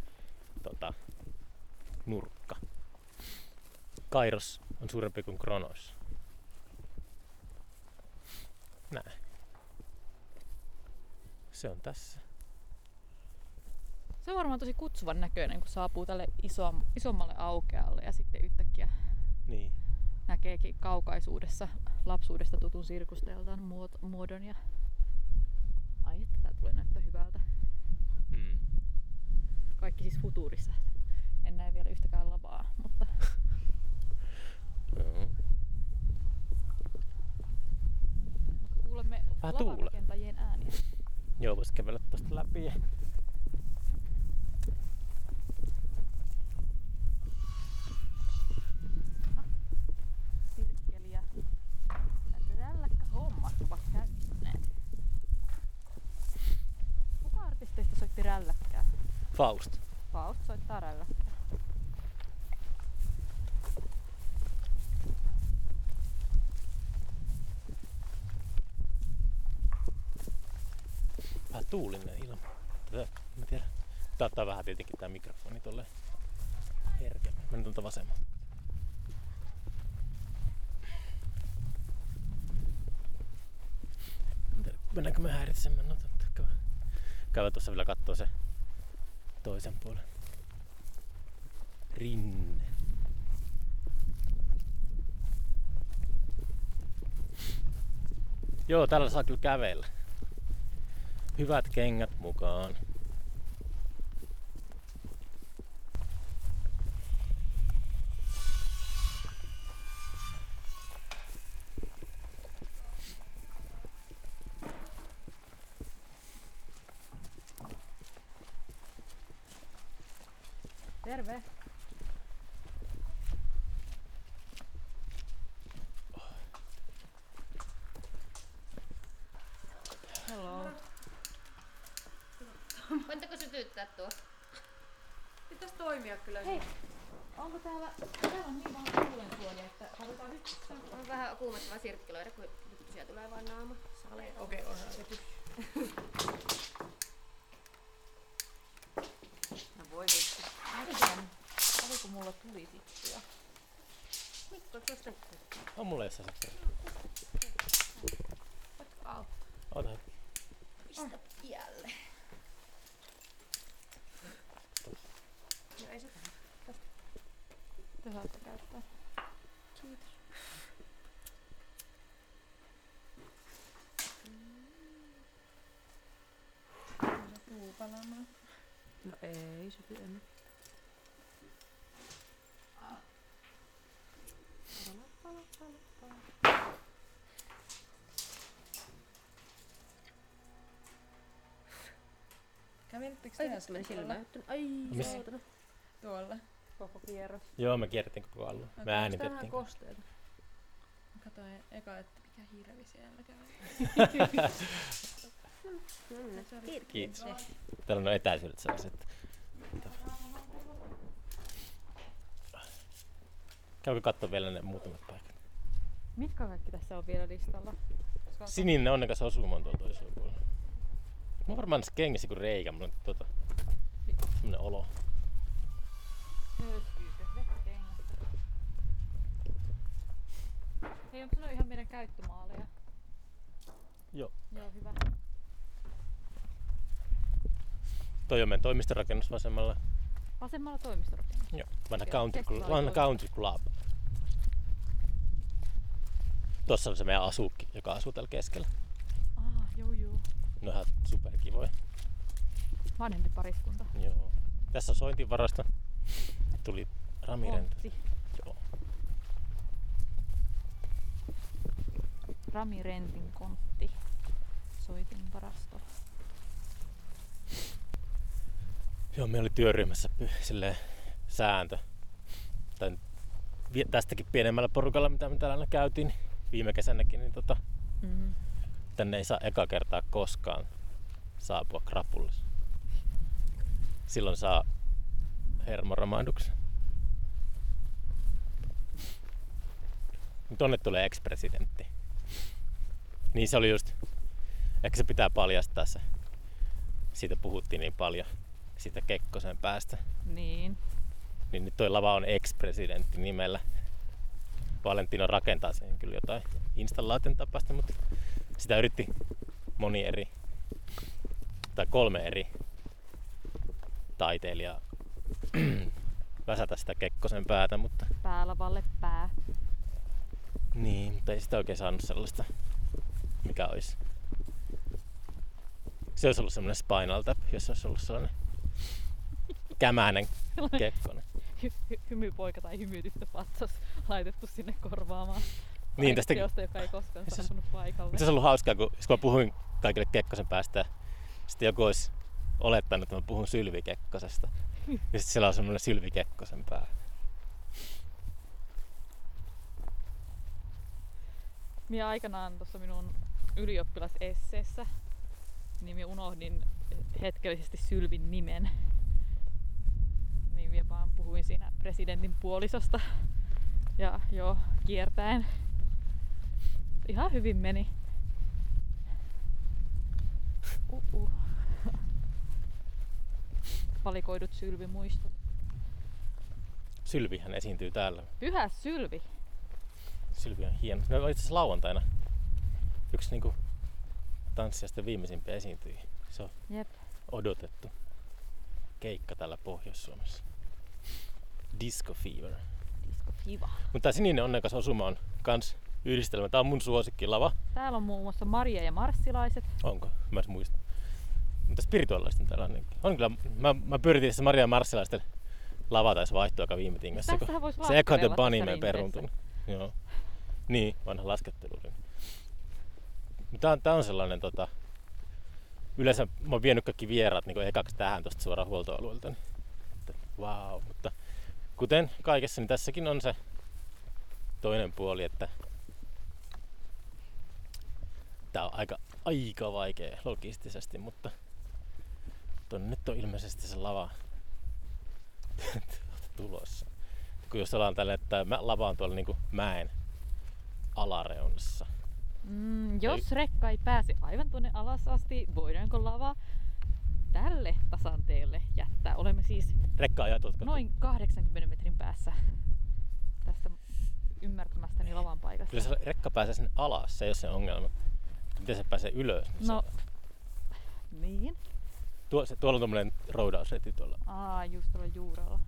nurkka. Kairos on suurempi kuin Kronos. Näin. Se on tässä. Se on varmaan tosi kutsuvan näköinen, kun saapuu tälle isommalle aukealle ja sitten yhtäkkiä Niin. näkeekin kaukaisuudessa lapsuudesta tutun sirkusteltan muodon. Ja... Ai että tää tulee näyttää hyvältä. Kaikki siis futuurissa. En näe vielä yhtäkään lavaa, mutta... Kuulemme lavarakentajien ääniä. Joo, vois kävellä tosta läpi. Sirkkeli ja rälläkkä hommat ovat käynnistyneet. Kuka artisteista soitti rälläkkää? Faust. Faust soittaa rälläkkää. Vähän tuulinen ilma. Mä tiedän. Tää ottaa vähän tietenkin tää mikrofoni tolleen herkemmin. Mennään tuolta vasemmalta. Mennäänkö me häiritsemään? No totta. Käydään tuossa vielä kattoo se toisen puolen. Rinne. Joo, täällä saa kyllä kävellä. Hyvät kengät mukaan. Terve. Hello. Voitteko sytyttää tuo? Pitäis toimia kyllä. Hei, onko täällä on niin vähän kuulensuoja, että halutaan nyt. On vähän kuumottavaa sirkkeloida, kun nyt tulee vaan naama. Saleita. Okei, onhan se tyhjä. No voi vittu. Oliko mulla tulisittuja? Mikko, tuosta On mulla jossain se. Voitko auttaa? Ota. pistä pialle. No ei se tähän. Te saatte käyttää. Kiitos. Puu palamaan. No ei se pieni. Kävelittekö Ai te vittu, meni äsken silmään. Ai Missä? saatana. tuolla? Koko kierros. Joo, me kierrettiin koko alueen. Me Onko äänitettiin. vähän kosteita? Mä katsoin eka, että mikä hirvi siellä käy. Kiitos. Täällä on etäisyydet sellaiset. Käykö katsoa vielä ne muutamat paikat? Mitkä kaikki tässä on vielä listalla? Sininen onnekas osuma on tuolla toisella puolella. Mä oon varmaan näissä kengissä kuin reikä, mulla on semmonen olo. Höyskyykö? Vettä kengästä. Hei, onko sulla ihan meidän käyttömaaleja? Joo. Joo, hyvä. Toi on meidän toimistorakennus vasemmalla. Vasemmalla toimistorakennus. Joo. Vanha Okei, country, festivaali vanha toimisto. country club. Tossa on se meidän asukki, joka asuu täällä keskellä. Joo. No ihan superkivoja. Vanhempi pariskunta. Joo. Tässä on sointivarasto. Tuli Ramiren. Kontti. Joo. Ramirentin kontti. Soitinvarasto. Joo, meillä oli työryhmässä silleen sääntö. Tästäkin pienemmällä porukalla, mitä me täällä käytiin viime kesänäkin, niin tänne ei saa eka kertaa koskaan saapua krapulle. Silloin saa hermoromahduksen. Tonne tulee ex-presidentti. Niin se oli just, ehkä se pitää paljastaa se. Siitä puhuttiin niin paljon, siitä Kekkosen päästä. Niin. Niin nyt toi lava on ex-presidentti nimellä. Valentino rakentaa siihen kyllä jotain installaation tapaista, mutta sitä yritti moni eri, tai 3 eri taiteilijaa väsätä sitä Kekkosen päätä, mutta Päälavalle pää. niin, mutta ei sitä oikein saanut sellaista, mikä olisi. Se olisi ollut semmoinen Spinal Tap, jos olisi ollut sellainen kämäinen Kekkonen. Hymypoika tai hymytyttö patsas laitettu sinne korvaamaan. Niin, tästä Teosta, joka ei koskaan Se- saapunut paikalle. se olisi ollut hauskaa, kun mä puhuin kaikille Kekkosen päästä, sitten joku olisi olettanut, että mä puhun Sylvi Kekkosesta. Ja sitten siellä on semmoinen Sylvi Kekkosen pää. Minä aikanaan tuossa minun ylioppilasesseessä, niin minä unohdin hetkellisesti Sylvin nimen. Niin minä vaan puhuin siinä presidentin puolisosta. Ja joo, kiertäen. Ihan hyvin meni. Valikoidut Sylvi-muistot. Sylvihän esiintyy täällä. Pyhä Sylvi! Sylvi on hieno. No itse asiassa lauantaina yksi niinku tanssijaisten viimeisimpiä esiintyjiä. Se on Jep. odotettu keikka täällä Pohjois-Suomessa. Disco Fever. Disco Fiva. Mutta tää sininen onnekas osuma on kans yhdistelmä. Tää on mun suosikkilava. Täällä on muun muassa Maria ja Marssilaiset. Onko? Mä en muista. Mutta spirituaalista täällä on kyllä. Mä pyritin se Maria Marssilaisten lava taisi vaihtua aika viime tingassa. Tästähän vois Se Echo and the lasketella Bunny tässä me peruuntunut. Joo. Niin, vanha laskettelu. Tää on sellainen yleensä mä oon vienyt kaikki vieraat niin ekaksi tähän tosta suoraan huoltoalueelta. Niin, wow. Mutta kuten kaikessa, niin tässäkin on se toinen puoli, että tää on aika vaikea logistisesti, mutta tonne nyt on ilmeisesti se lava tulossa. Kun jos ollaan tällä, että lava on tuolla niinku mäen alareunassa. Jos rekka ei pääse aivan tuonne alas asti, voidaanko lava tälle tasanteelle jättää? Olemme siis Rekka ajaa tuolta noin 80 metrin päässä tästä ymmärtämästäni lavan paikasta. Kyllä se rekka pääsee sinne alas, se ei ole se ongelma. Miten se pääsee ylös? Niin No, niin. tuolla on tommonen roudausreti tuolla. Just tuolla juurella.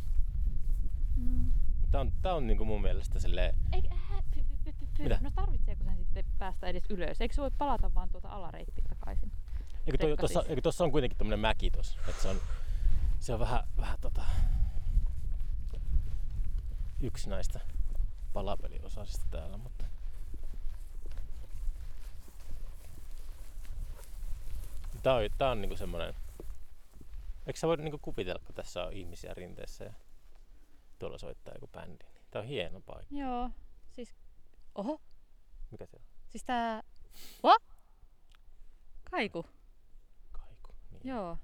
Tää on niinku mun mielestä silleen... Mitä? No tarvitseeko sen sitten päästä edes ylös? Eikö se voi palata vaan tuota alareittiä takaisin? Eikö tossa on kuitenkin tommonen mäki tossa? Et se on vähän yksi näistä palapeliosasista täällä, mutta... Tää on niinku semmonen... Eikö sä voi niinku kuvitella, kun tässä on ihmisiä rinteessä ja tuolla soittaa joku bändi? Niin tää on hieno paikka. Joo, siis... Oho! Mikä se on? Siis tää... What? Kaiku. Kaiku. Niin. Joo.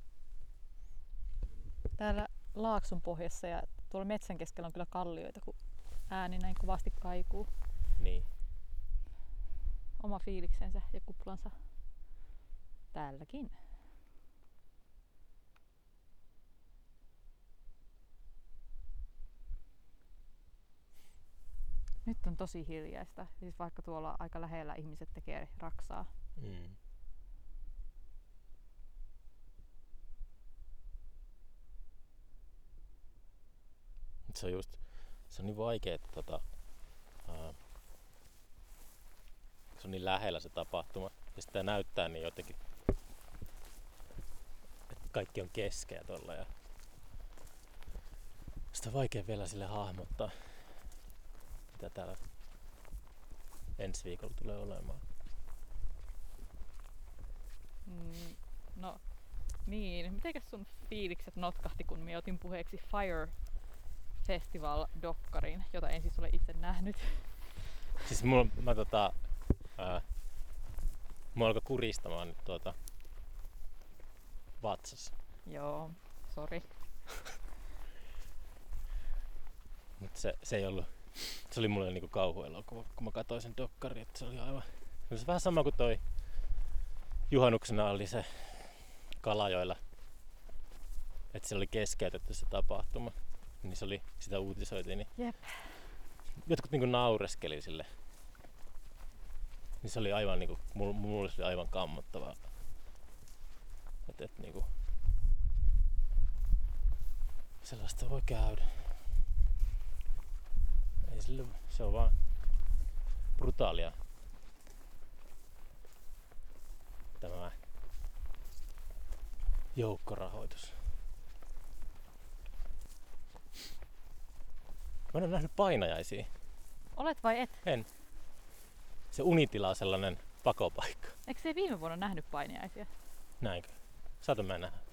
Täällä laakson pohjassa ja tuolla metsän keskellä on kyllä kallioita, kun ääni näin kovasti kaikuu. Niin. Oma fiiliksensä ja kuplansa täälläkin. Nyt on tosi hiljaista, siis vaikka tuolla aika lähellä ihmiset tekee raksaa. Se on niin vaikea, että se on niin lähellä se tapahtuma ja sitä näyttää niin jotenkin, että kaikki on keskeä tuolla ja sitä on vaikea vielä sille hahmottaa, mitä täällä ensi viikolla tulee olemaan. No niin, mitenkäs sun fiilikset notkahti, kun mä otin puheeksi Fire Festival-dokkarin, jota en siis ole itse nähnyt. Siis mua alkoi kuristamaan nyt vatsassa. Joo, sori. Mutta se ei ollut, se oli mulle niinku kauhuelokuva, kun mä katsoin sen dokkarin, että se oli aivan, se oli vähän sama kuin toi juhannuksena oli se Kalajoella, että se oli keskeytetty se tapahtuma, niin se oli, sitä uutisoitiin, niin Jep. jotkut niinku naureskeli sille. Niin se oli aivan niinku, mulle se oli aivan kammottavaa. Et niinku, sellaista voi käydä. Ei sille, se on vaan brutaalia. Tämä joukkorahoitus. Mä en ole nähnyt painajaisia. Olet vai et? En. Se Unitila on sellainen pakopaikka. Eikö se viime vuonna nähnyt painiaisia? Näinkö? Saatan mä nähdä.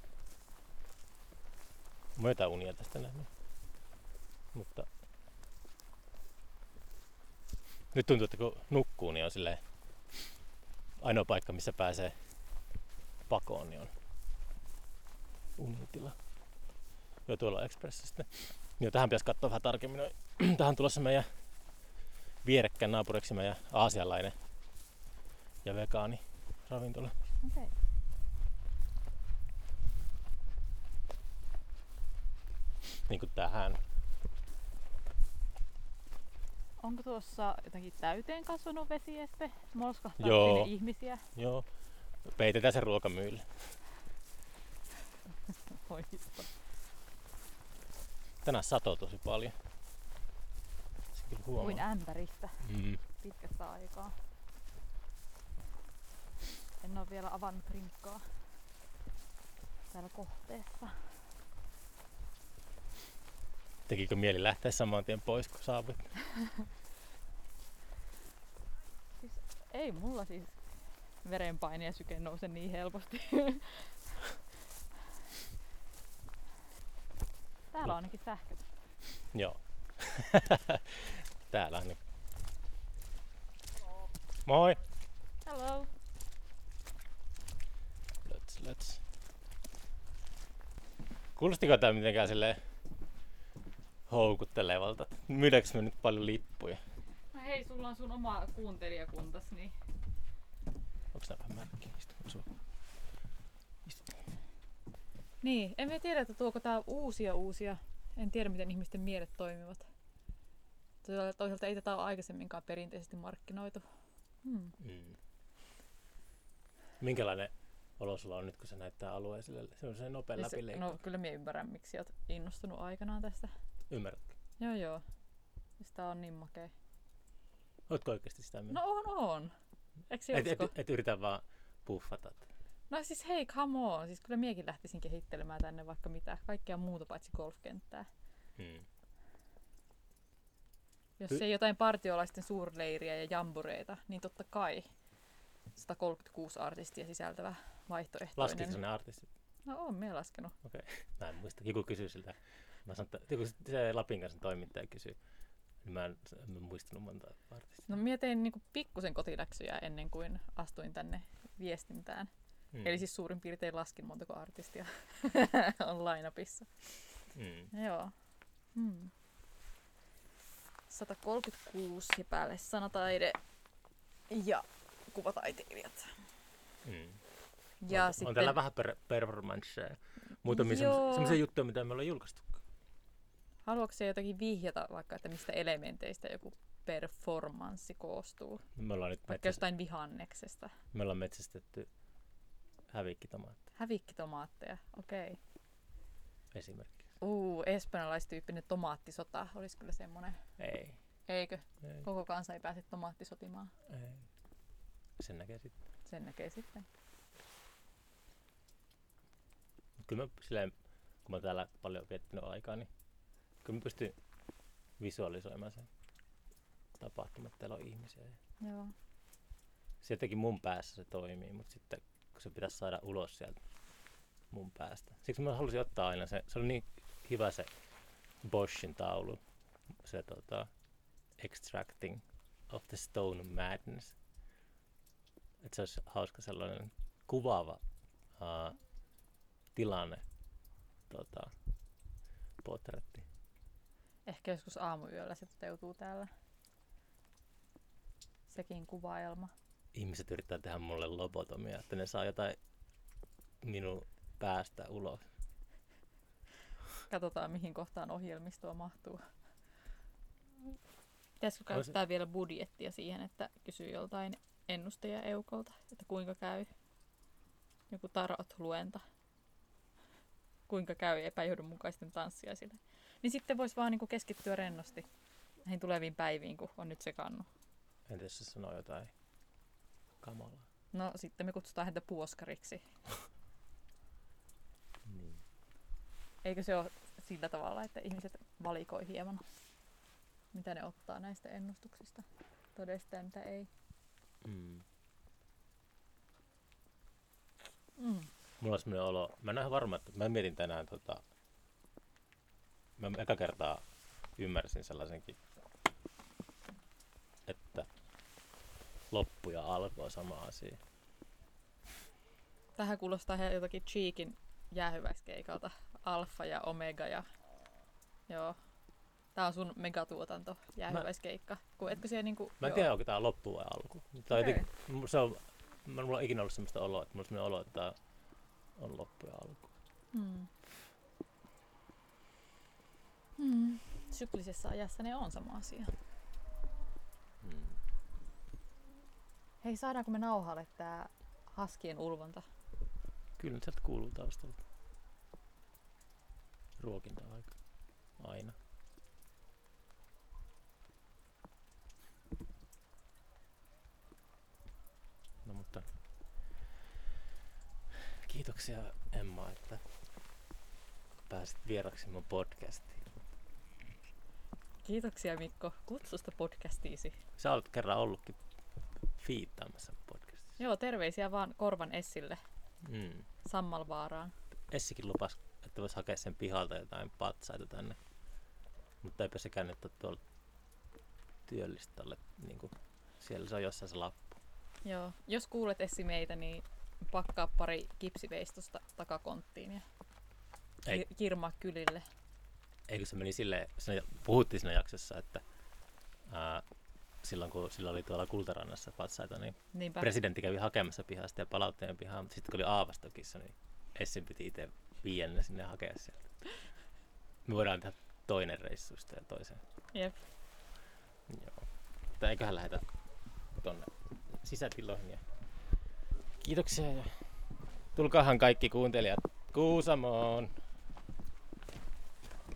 Mä oon jotain unia tästä nähnyt. Mutta nyt tuntuu, että kun nukkuu, niin on silleen ainoa paikka, missä pääsee pakoon, niin on Unitila. Joo, tuolla on Express sitten. Joo, tähän pitäisi katsoa vähän tarkemmin. Tähän on tulossa meidän vierekkäin naapuriksi meidän aasialainen ja vegaani ravintola. Okei. Niin kuin tähän. Onko tuossa jotakin täyteen kasvanut vesieste? Molskahtaa Joo. sinne ihmisiä. Joo. Peitetään se ruokamyylle. Voi hitto. Tänään satoi tosi paljon. Se kyllä huomaa. Kuin ämpäristä Mm. pitkästä aikaa. En ole vielä avannut rinkkaa täällä kohteessa. Tekikö mieli lähteä saman tien pois, kun saavuit? Siis, ei mulla siis verenpaine ja syke nouse niin helposti. Täällä on ainakin sähköt. Joo. Täällä on. Moi! Hello! Let's. Kuulostiko tää mitenkään silleen houkuttelevalta? Myydäänkö me nyt paljon lippuja? No hei, sulla on sun oma kuuntelijakuntas, niin... Onks nää vähän märkkiä? Istu. Niin, en tiedä, että tuoko tää uusia. En tiedä, miten ihmisten mielet toimivat. Toisaalta ei tätä ole aikaisemminkaan perinteisesti markkinoitu. Mm. Minkälainen olo sulla on nyt, kun se näyttää alueelle? Se on se nopea läpileikkaus. No kyllä minä ymmärrän, miksi olet innostunut aikanaan tästä. Ymmärrätkö? Joo. Sitä on niin makea. Ootko oikeesti sitä mieltä? No on. Eikö se usko? Et yritä vaan puffata. No siis hei, come on. Siis kyllä miekin lähtisin kehittelemään tänne vaikka mitä. Kaikkea muuta paitsi golfkenttää. Jos ei jotain partiolaisten suurleiriä ja jambureita, niin totta kai 136 artistia sisältävä vaihtoehtoinen. Laskitko ne artistit? No oon minä laskenut. Okei. Mä en muista. Joku kysyi siltä. Mä sanoin, että joku se Lapin kanssa toimittaja kysyi. Niin mä en muistanut monta artistia. No minä tein niinku pikkusen kotiläksyjä ennen kuin astuin tänne viestintään. Eli siis suurin piirtein laskin montako artistia on line-upissa. Joo. 136 ja päälle sanataide ja kuvataiteilijat. Ja on sitten... täällä vähän performansseja. Muutamia Joo. semmoisia juttuja, mitä me ollaan julkaistu. Haluatko se jotakin vihjata vaikka, että mistä elementeistä joku performanssi koostuu? Me ollaan nyt Vaikka jostain vihanneksesta. Me ollaan metsästetty hävikkitomaatteja Hävikkitomaatteja, okei. Okay. esimerkiksi. Espanjalaistyyppinen tomaattisota olisi kyllä semmoinen. Ei. Eikö? Ei. Koko kansa ei pääse tomaattisotimaan. Ei. Sen näkee sitten. Sen näkee sitten. Kyllä mä silleen, kun mä oon täällä paljon viettänyt aikaa, niin kyllä mä pystyn visualisoimaan sen tapahtumat, että täällä on ihmisiä. Joo. Se jotenkin mun päässä se toimii, mutta sitten kun se pitäisi saada ulos sieltä mun päästä. Siksi mä halusin ottaa aina se oli niin hyvä se Boschin taulu, se Extracting of the Stone Madness. Että se olisi hauska sellainen kuvaava tilanne portretti. Ehkä joskus aamuyöllä se toteutuu täällä. Sekin kuvaelma. Ihmiset yrittää tehdä mulle lobotomia, että ne saa jotain minun päästä ulos. Katsotaan mihin kohtaan ohjelmistoa mahtuu. Pitäisikö käyttää vielä budjettia siihen, että kysyy joltain ennustaja Eukolta, että kuinka käy joku tarot-luenta. Kuinka käy epäjohdonmukaisten tanssiaisille. Niin sitten voisi vaan niinku keskittyä rennosti näihin tuleviin päiviin, kun on nyt sekannut. Entäs se sanoo jotain kamalaa? No sitten me kutsutaan häntä puoskariksi. Niin. Eikö se ole sillä tavalla, että ihmiset valikoi hieman, mitä ne ottaa näistä ennustuksista todesta ja mitä ei? Mulla on semmoinen olo, mä en ole ihan varma, että mä mietin tänään mä eka kertaa ymmärsin sellaisenkin, että loppu ja alku on sama asia. Tähän kuulostaa ihan jotakin Cheekin jäähyväiskeikalta. Alfa ja Omega ja... Joo. Tää on sun megatuotanto jäähyväiskeikka. Etkö se niinku... Mä en tiedä, onko tää loppu vai alku. Okay. Mulla on ikinä ollut semmoista oloa, että mulla on semmoinen olo, että tää on loppu ja alku. Syklisessä ajassa ne on sama asia. Hei, saadaanko me nauhalle tää haskien ulvonta? Kyllä sieltä kuuluu taustalta. Ruokinta-aika. Aina. No mutta kiitoksia Emma, että pääsit vieraksi mun podcastiin. Kiitoksia Mikko kutsusta podcastiisi. Sä olet kerran ollutkin fiittaamassa podcastissa. Joo, terveisiä vaan Korvan Essille Sammalvaaraan. Essikin lupasi, että vois hakea sen pihalta jotain patsaita tänne. Mutta eipä sekään nyt ole tuolla työlistalle. Niin siellä se on jossain se lappu. Joo, jos kuulet Essi meitä, niin pakkaa pari kipsiveistosta takakonttiin ja Ei. kirmaa kylille. Eikö se meni silleen, puhuttiin siinä jaksossa, että silloin kun sillä oli tuolla Kultarannassa patsaita, niin Niinpä. presidentti kävi hakemassa pihasta ja palautteen pihaan, mutta sitten kun oli Aavastokissa, niin Essin piti itse viiä ne sinne hakea sieltä. Me voidaan tehdä toinen reissu ja toisen. Jep. Joo. Tai eiköhän lähdetä tonne sisätiloihin. Ja kiitoksia ja tulkaahan kaikki kuuntelijat Kuusamoon!